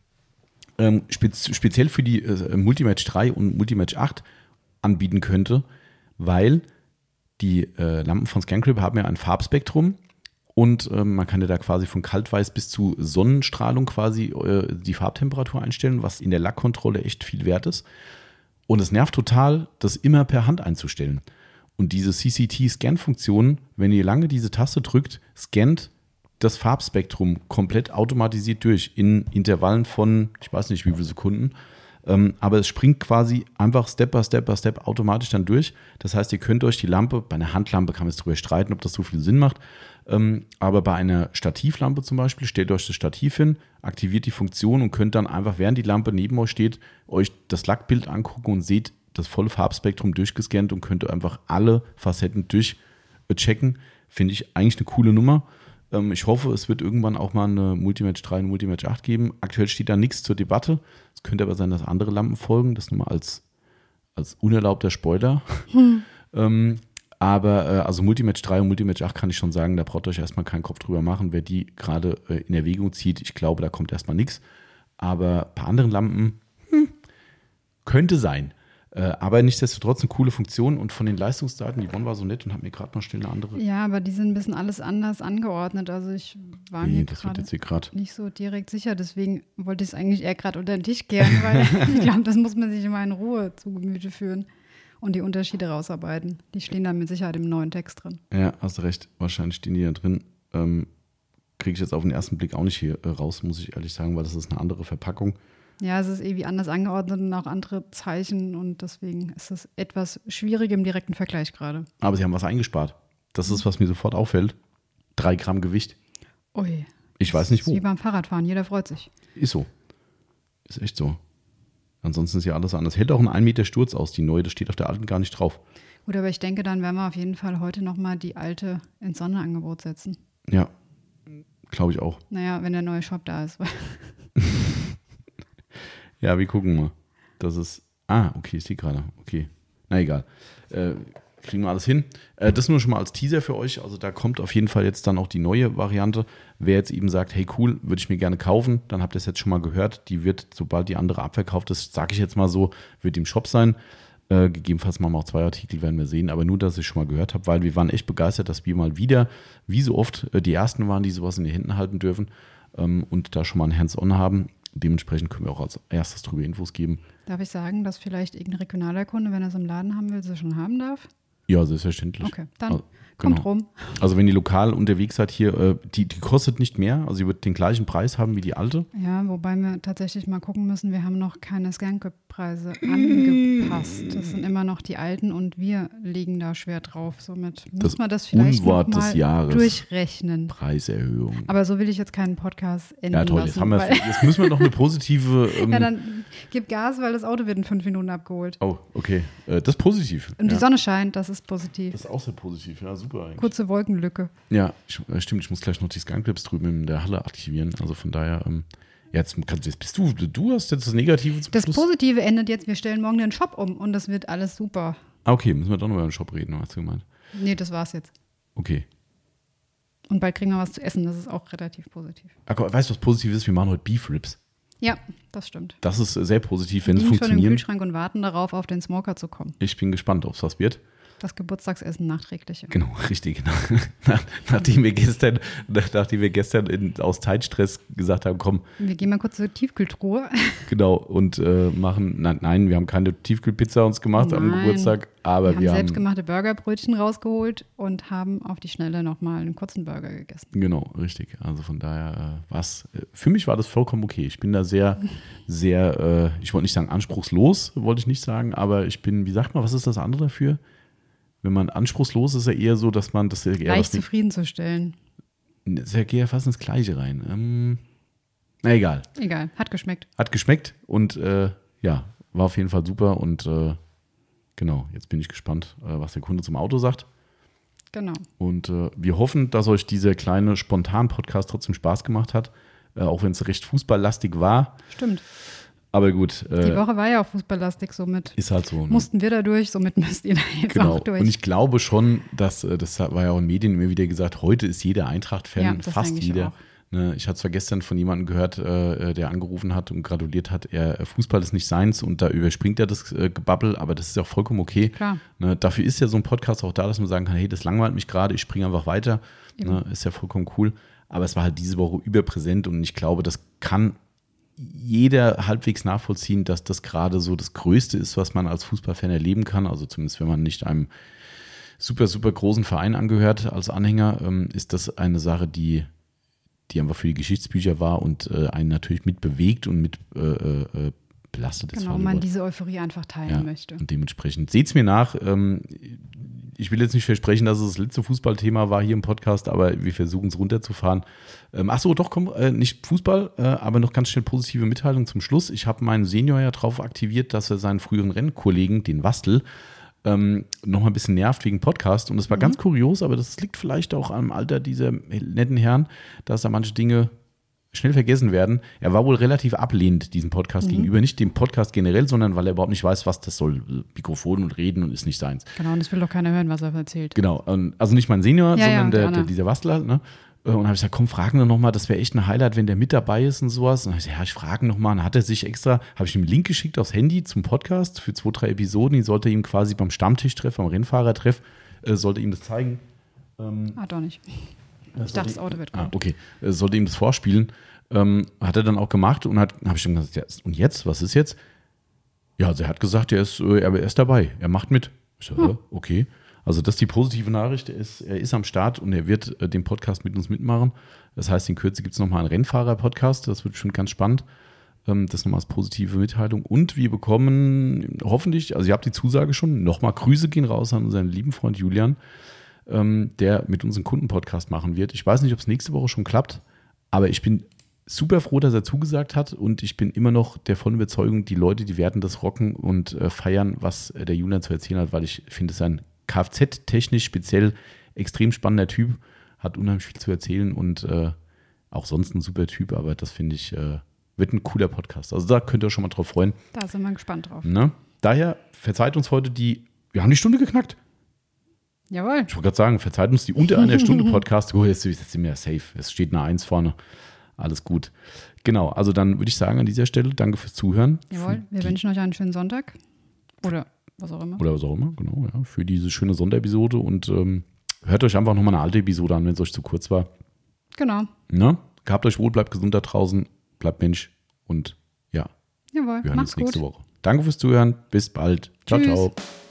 speziell für die Multimatch 3 und Multimatch 8 anbieten könnte, weil die Lampen von ScanCrip haben ja ein Farbspektrum und man kann ja da quasi von Kaltweiß bis zu Sonnenstrahlung quasi die Farbtemperatur einstellen, was in der Lackkontrolle echt viel wert ist. Und es nervt total, das immer per Hand einzustellen. Und diese CCT-Scan-Funktion, wenn ihr lange diese Taste drückt, scannt das Farbspektrum komplett automatisiert durch in Intervallen von, ich weiß nicht wie viele Sekunden, aber es springt quasi einfach Step by Step automatisch dann durch. Das heißt, ihr könnt euch die Lampe, bei einer Handlampe kann man jetzt drüber streiten, ob das so viel Sinn macht, aber bei einer Stativlampe zum Beispiel, stellt euch das Stativ hin, aktiviert die Funktion und könnt dann einfach, während die Lampe neben euch steht, euch das Lackbild angucken und seht das volle Farbspektrum durchgescannt und könnt einfach alle Facetten durchchecken. Finde ich eigentlich eine coole Nummer. Ich hoffe, es wird irgendwann auch mal eine Multimatch 3 und Multimatch 8 geben. Aktuell steht da nichts zur Debatte. Es könnte aber sein, dass andere Lampen folgen. Das nur mal als unerlaubter Spoiler. Aber also Multimatch 3 und Multimatch 8 kann ich schon sagen, da braucht ihr euch erstmal keinen Kopf drüber machen. Wer die gerade in Erwägung zieht, ich glaube, da kommt erstmal nichts. Aber bei anderen Lampen könnte sein. Aber nichtsdestotrotz eine coole Funktion und von den Leistungsdaten, die Yvonne war so nett und hat mir gerade mal schnell eine andere. Ja, aber die sind ein bisschen alles anders angeordnet. Also ich war mir gerade nicht so direkt sicher. Deswegen wollte ich es eigentlich eher gerade unter den Tisch kehren, weil ich glaube, das muss man sich immer in Ruhe zu Gemüte führen und die Unterschiede rausarbeiten. Die stehen dann mit Sicherheit im neuen Text drin. Ja, hast recht. Wahrscheinlich stehen die da drin. Kriege ich jetzt auf den ersten Blick auch nicht hier raus, muss ich ehrlich sagen, weil das ist eine andere Verpackung. Ja, es ist irgendwie anders angeordnet und auch andere Zeichen und deswegen ist es etwas schwierig im direkten Vergleich gerade. Aber sie haben was eingespart. Das ist, was mir sofort auffällt. 3 Gramm Gewicht. Ui. Ich weiß nicht wo. Das ist wie beim Fahrradfahren, jeder freut sich. Ist so. Ist echt so. Ansonsten ist ja alles anders. Hält auch ein 1 Meter Sturz aus, die neue, das steht auf der alten gar nicht drauf. Gut, aber ich denke, dann werden wir auf jeden Fall heute nochmal die alte ins Sonderangebot setzen. Ja, glaube ich auch. Naja, wenn der neue Shop da ist. Ja, wir gucken mal. Das ist. Okay, ist die gerade. Okay. Na egal. Kriegen wir alles hin. Das nur schon mal als Teaser für euch. Also da kommt auf jeden Fall jetzt dann auch die neue Variante. Wer jetzt eben sagt, hey cool, würde ich mir gerne kaufen, dann habt ihr es jetzt schon mal gehört. Die wird, sobald die andere abverkauft ist, sage ich jetzt mal so, wird im Shop sein. Gegebenenfalls machen wir auch 2 Artikel, werden wir sehen. Aber nur, dass ich schon mal gehört habe, weil wir waren echt begeistert, dass wir mal wieder, wie so oft, die Ersten waren, die sowas in den Händen halten dürfen und da schon mal ein Hands-on haben. Dementsprechend können wir auch als erstes drüber Infos geben. Darf ich sagen, dass vielleicht irgendein regionaler Kunde, wenn er es im Laden haben will, sie schon haben darf? Ja, selbstverständlich. Okay, dann kommt rum. Also wenn ihr lokal unterwegs seid hier, die kostet nicht mehr, also sie wird den gleichen Preis haben wie die alte. Ja, wobei wir tatsächlich mal gucken müssen, wir haben noch keine Scan-Preise angepasst. Das sind immer noch die alten und wir liegen da schwer drauf. Somit muss man das vielleicht Unwort noch mal des Jahres. Durchrechnen. Preiserhöhung. Aber so will ich jetzt keinen Podcast enden ja, toll, lassen. Jetzt müssen wir noch eine positive... ja, dann gib Gas, weil das Auto wird in 5 Minuten abgeholt. Oh, okay. Das ist positiv. Und die Sonne scheint, das ist positiv. Das ist auch sehr positiv, ja, super eigentlich. Kurze Wolkenlücke. Ja, stimmt, ich muss gleich noch die Scan-Clips drüben in der Halle aktivieren. Also von daher, jetzt bist du hast jetzt das Negative zum Das Schluss. Positive endet jetzt, wir stellen morgen den Shop um und das wird alles super. Okay, müssen wir doch noch über den Shop reden, hast du gemeint? Nee, das war's jetzt. Okay. Und bald kriegen wir was zu essen, das ist auch relativ positiv. Weißt du, was positiv ist? Wir machen heute Beef Ribs. Ja, das stimmt. Das ist sehr positiv, wenn es funktioniert. Wir funktioniert. schon im Kühlschrank und warten darauf, auf den Smoker zu kommen. Ich bin gespannt, ob es was wird. Das Geburtstagsessen nachträgliche. Genau, richtig. Nachdem wir gestern aus Zeitstress gesagt haben, komm. Wir gehen mal kurz zur Tiefkühltruhe. Genau, und machen, nein, wir haben keine Tiefkühlpizza uns gemacht am Geburtstag, aber wir haben selbstgemachte Burgerbrötchen rausgeholt und haben auf die Schnelle nochmal einen kurzen Burger gegessen. Genau, richtig. Also von daher für mich war das vollkommen okay. Ich bin da sehr, sehr, ich wollte nicht sagen anspruchslos, wollte ich nicht sagen, aber ich bin, wie sagt man, was ist das andere dafür? Wenn man anspruchslos ist, ist ja eher so, dass man das eher leicht zufriedenzustellen. Das ist ja fast ins Gleiche rein. Na egal. Egal, hat geschmeckt. Hat geschmeckt und war auf jeden Fall super und genau, jetzt bin ich gespannt, was der Kunde zum Auto sagt. Genau. Und wir hoffen, dass euch dieser kleine Spontan-Podcast trotzdem Spaß gemacht hat, auch wenn es recht fußballlastig war. Stimmt. Aber gut. Die Woche war ja auch fußballlastig, somit ist halt so. Ne? Mussten wir da durch, somit müsst ihr da jetzt auch durch. Und ich glaube schon, dass, das war ja auch in Medien immer wieder gesagt, heute ist jeder Eintracht-Fan, fast jeder. Ne, ich hatte zwar gestern von jemandem gehört, der angerufen hat und gratuliert hat, Fußball ist nicht seins und da überspringt er das Gebabbel, aber das ist ja auch vollkommen okay. Klar. Ne, dafür ist ja so ein Podcast auch da, dass man sagen kann, hey, das langweilt mich gerade, ich springe einfach weiter. Ne, ist ja vollkommen cool. Aber es war halt diese Woche überpräsent und ich glaube, das kann jeder halbwegs nachvollziehen, dass das gerade so das Größte ist, was man als Fußballfan erleben kann. Also zumindest, wenn man nicht einem super, super großen Verein angehört als Anhänger, ist das eine Sache, die einfach für die Geschichtsbücher war und einen natürlich mit bewegt und mit belastet. Genau, man diese Euphorie einfach teilen möchte. Und dementsprechend seht es mir nach. Ich will jetzt nicht versprechen, dass es das letzte Fußballthema war hier im Podcast, aber wir versuchen es runterzufahren. Nicht Fußball, aber noch ganz schnell positive Mitteilung zum Schluss. Ich habe meinen Senior ja drauf aktiviert, dass er seinen früheren Rennkollegen, den Wastel, noch mal ein bisschen nervt wegen Podcast. Und es war ganz kurios, aber das liegt vielleicht auch am Alter dieser netten Herren, dass da manche Dinge schnell vergessen werden. Er war wohl relativ ablehnend diesem Podcast gegenüber, nicht dem Podcast generell, sondern weil er überhaupt nicht weiß, was das soll. Mikrofon und Reden und ist nicht seins. Genau, und es will doch keiner hören, was er erzählt. Genau, also nicht mein Senior, sondern dieser Wastel halt, ne? Und habe ich gesagt, komm, fragen wir nochmal, das wäre echt ein Highlight, wenn der mit dabei ist und sowas. Und dann habe ich gesagt, ja, ich frage nochmal. Dann hat er sich extra, habe ich ihm einen Link geschickt aufs Handy zum Podcast für 2, 3 Episoden. Die sollte ihm quasi beim Stammtischtreff, beim Rennfahrertreff, sollte ihm das zeigen. Doch nicht. Ich dachte, das Auto wird gut. Okay, sollte ihm das vorspielen. Hat er dann auch gemacht und habe ich ihm gesagt, ja, und jetzt, was ist jetzt? Ja, also er hat gesagt, er ist dabei, er macht mit. Ich so, okay. Also das ist die positive Nachricht, er ist am Start und er wird den Podcast mit uns mitmachen. Das heißt, in Kürze gibt es nochmal einen Rennfahrer-Podcast, das wird schon ganz spannend. Das nochmal als positive Mitteilung. Und wir bekommen hoffentlich, also ihr habt die Zusage schon, nochmal Grüße gehen raus an unseren lieben Freund Julian, der mit uns einen Kundenpodcast machen wird. Ich weiß nicht, ob es nächste Woche schon klappt, aber ich bin super froh, dass er zugesagt hat und ich bin immer noch der vollen Überzeugung, die Leute, die werden das rocken und feiern, was der Julian zu erzählen hat, weil ich finde, es ist ein Kfz-technisch speziell extrem spannender Typ, hat unheimlich viel zu erzählen und auch sonst ein super Typ, aber das finde ich, wird ein cooler Podcast. Also da könnt ihr euch schon mal drauf freuen. Da sind wir gespannt drauf. Ne? Daher verzeiht uns heute wir haben die Stunde geknackt. Jawohl. Ich wollte gerade sagen, verzeiht uns die unter einer Stunde Podcast. Oh, jetzt sind wir safe. Es steht eine 1 vorne. Alles gut. Genau, also dann würde ich sagen an dieser Stelle, danke fürs Zuhören. Jawohl, wir wünschen euch einen schönen Sonntag. Oder was auch immer. Oder was auch immer, genau, ja, für diese schöne Sonderepisode und hört euch einfach nochmal eine alte Episode an, wenn es euch zu kurz war. Genau. Ne? Gehabt euch wohl, bleibt gesund da draußen, bleibt Mensch und ja, Jawohl, wir hören macht's uns nächste gut. Woche. Danke fürs Zuhören, bis bald. Ciao, Tschüss. ciao.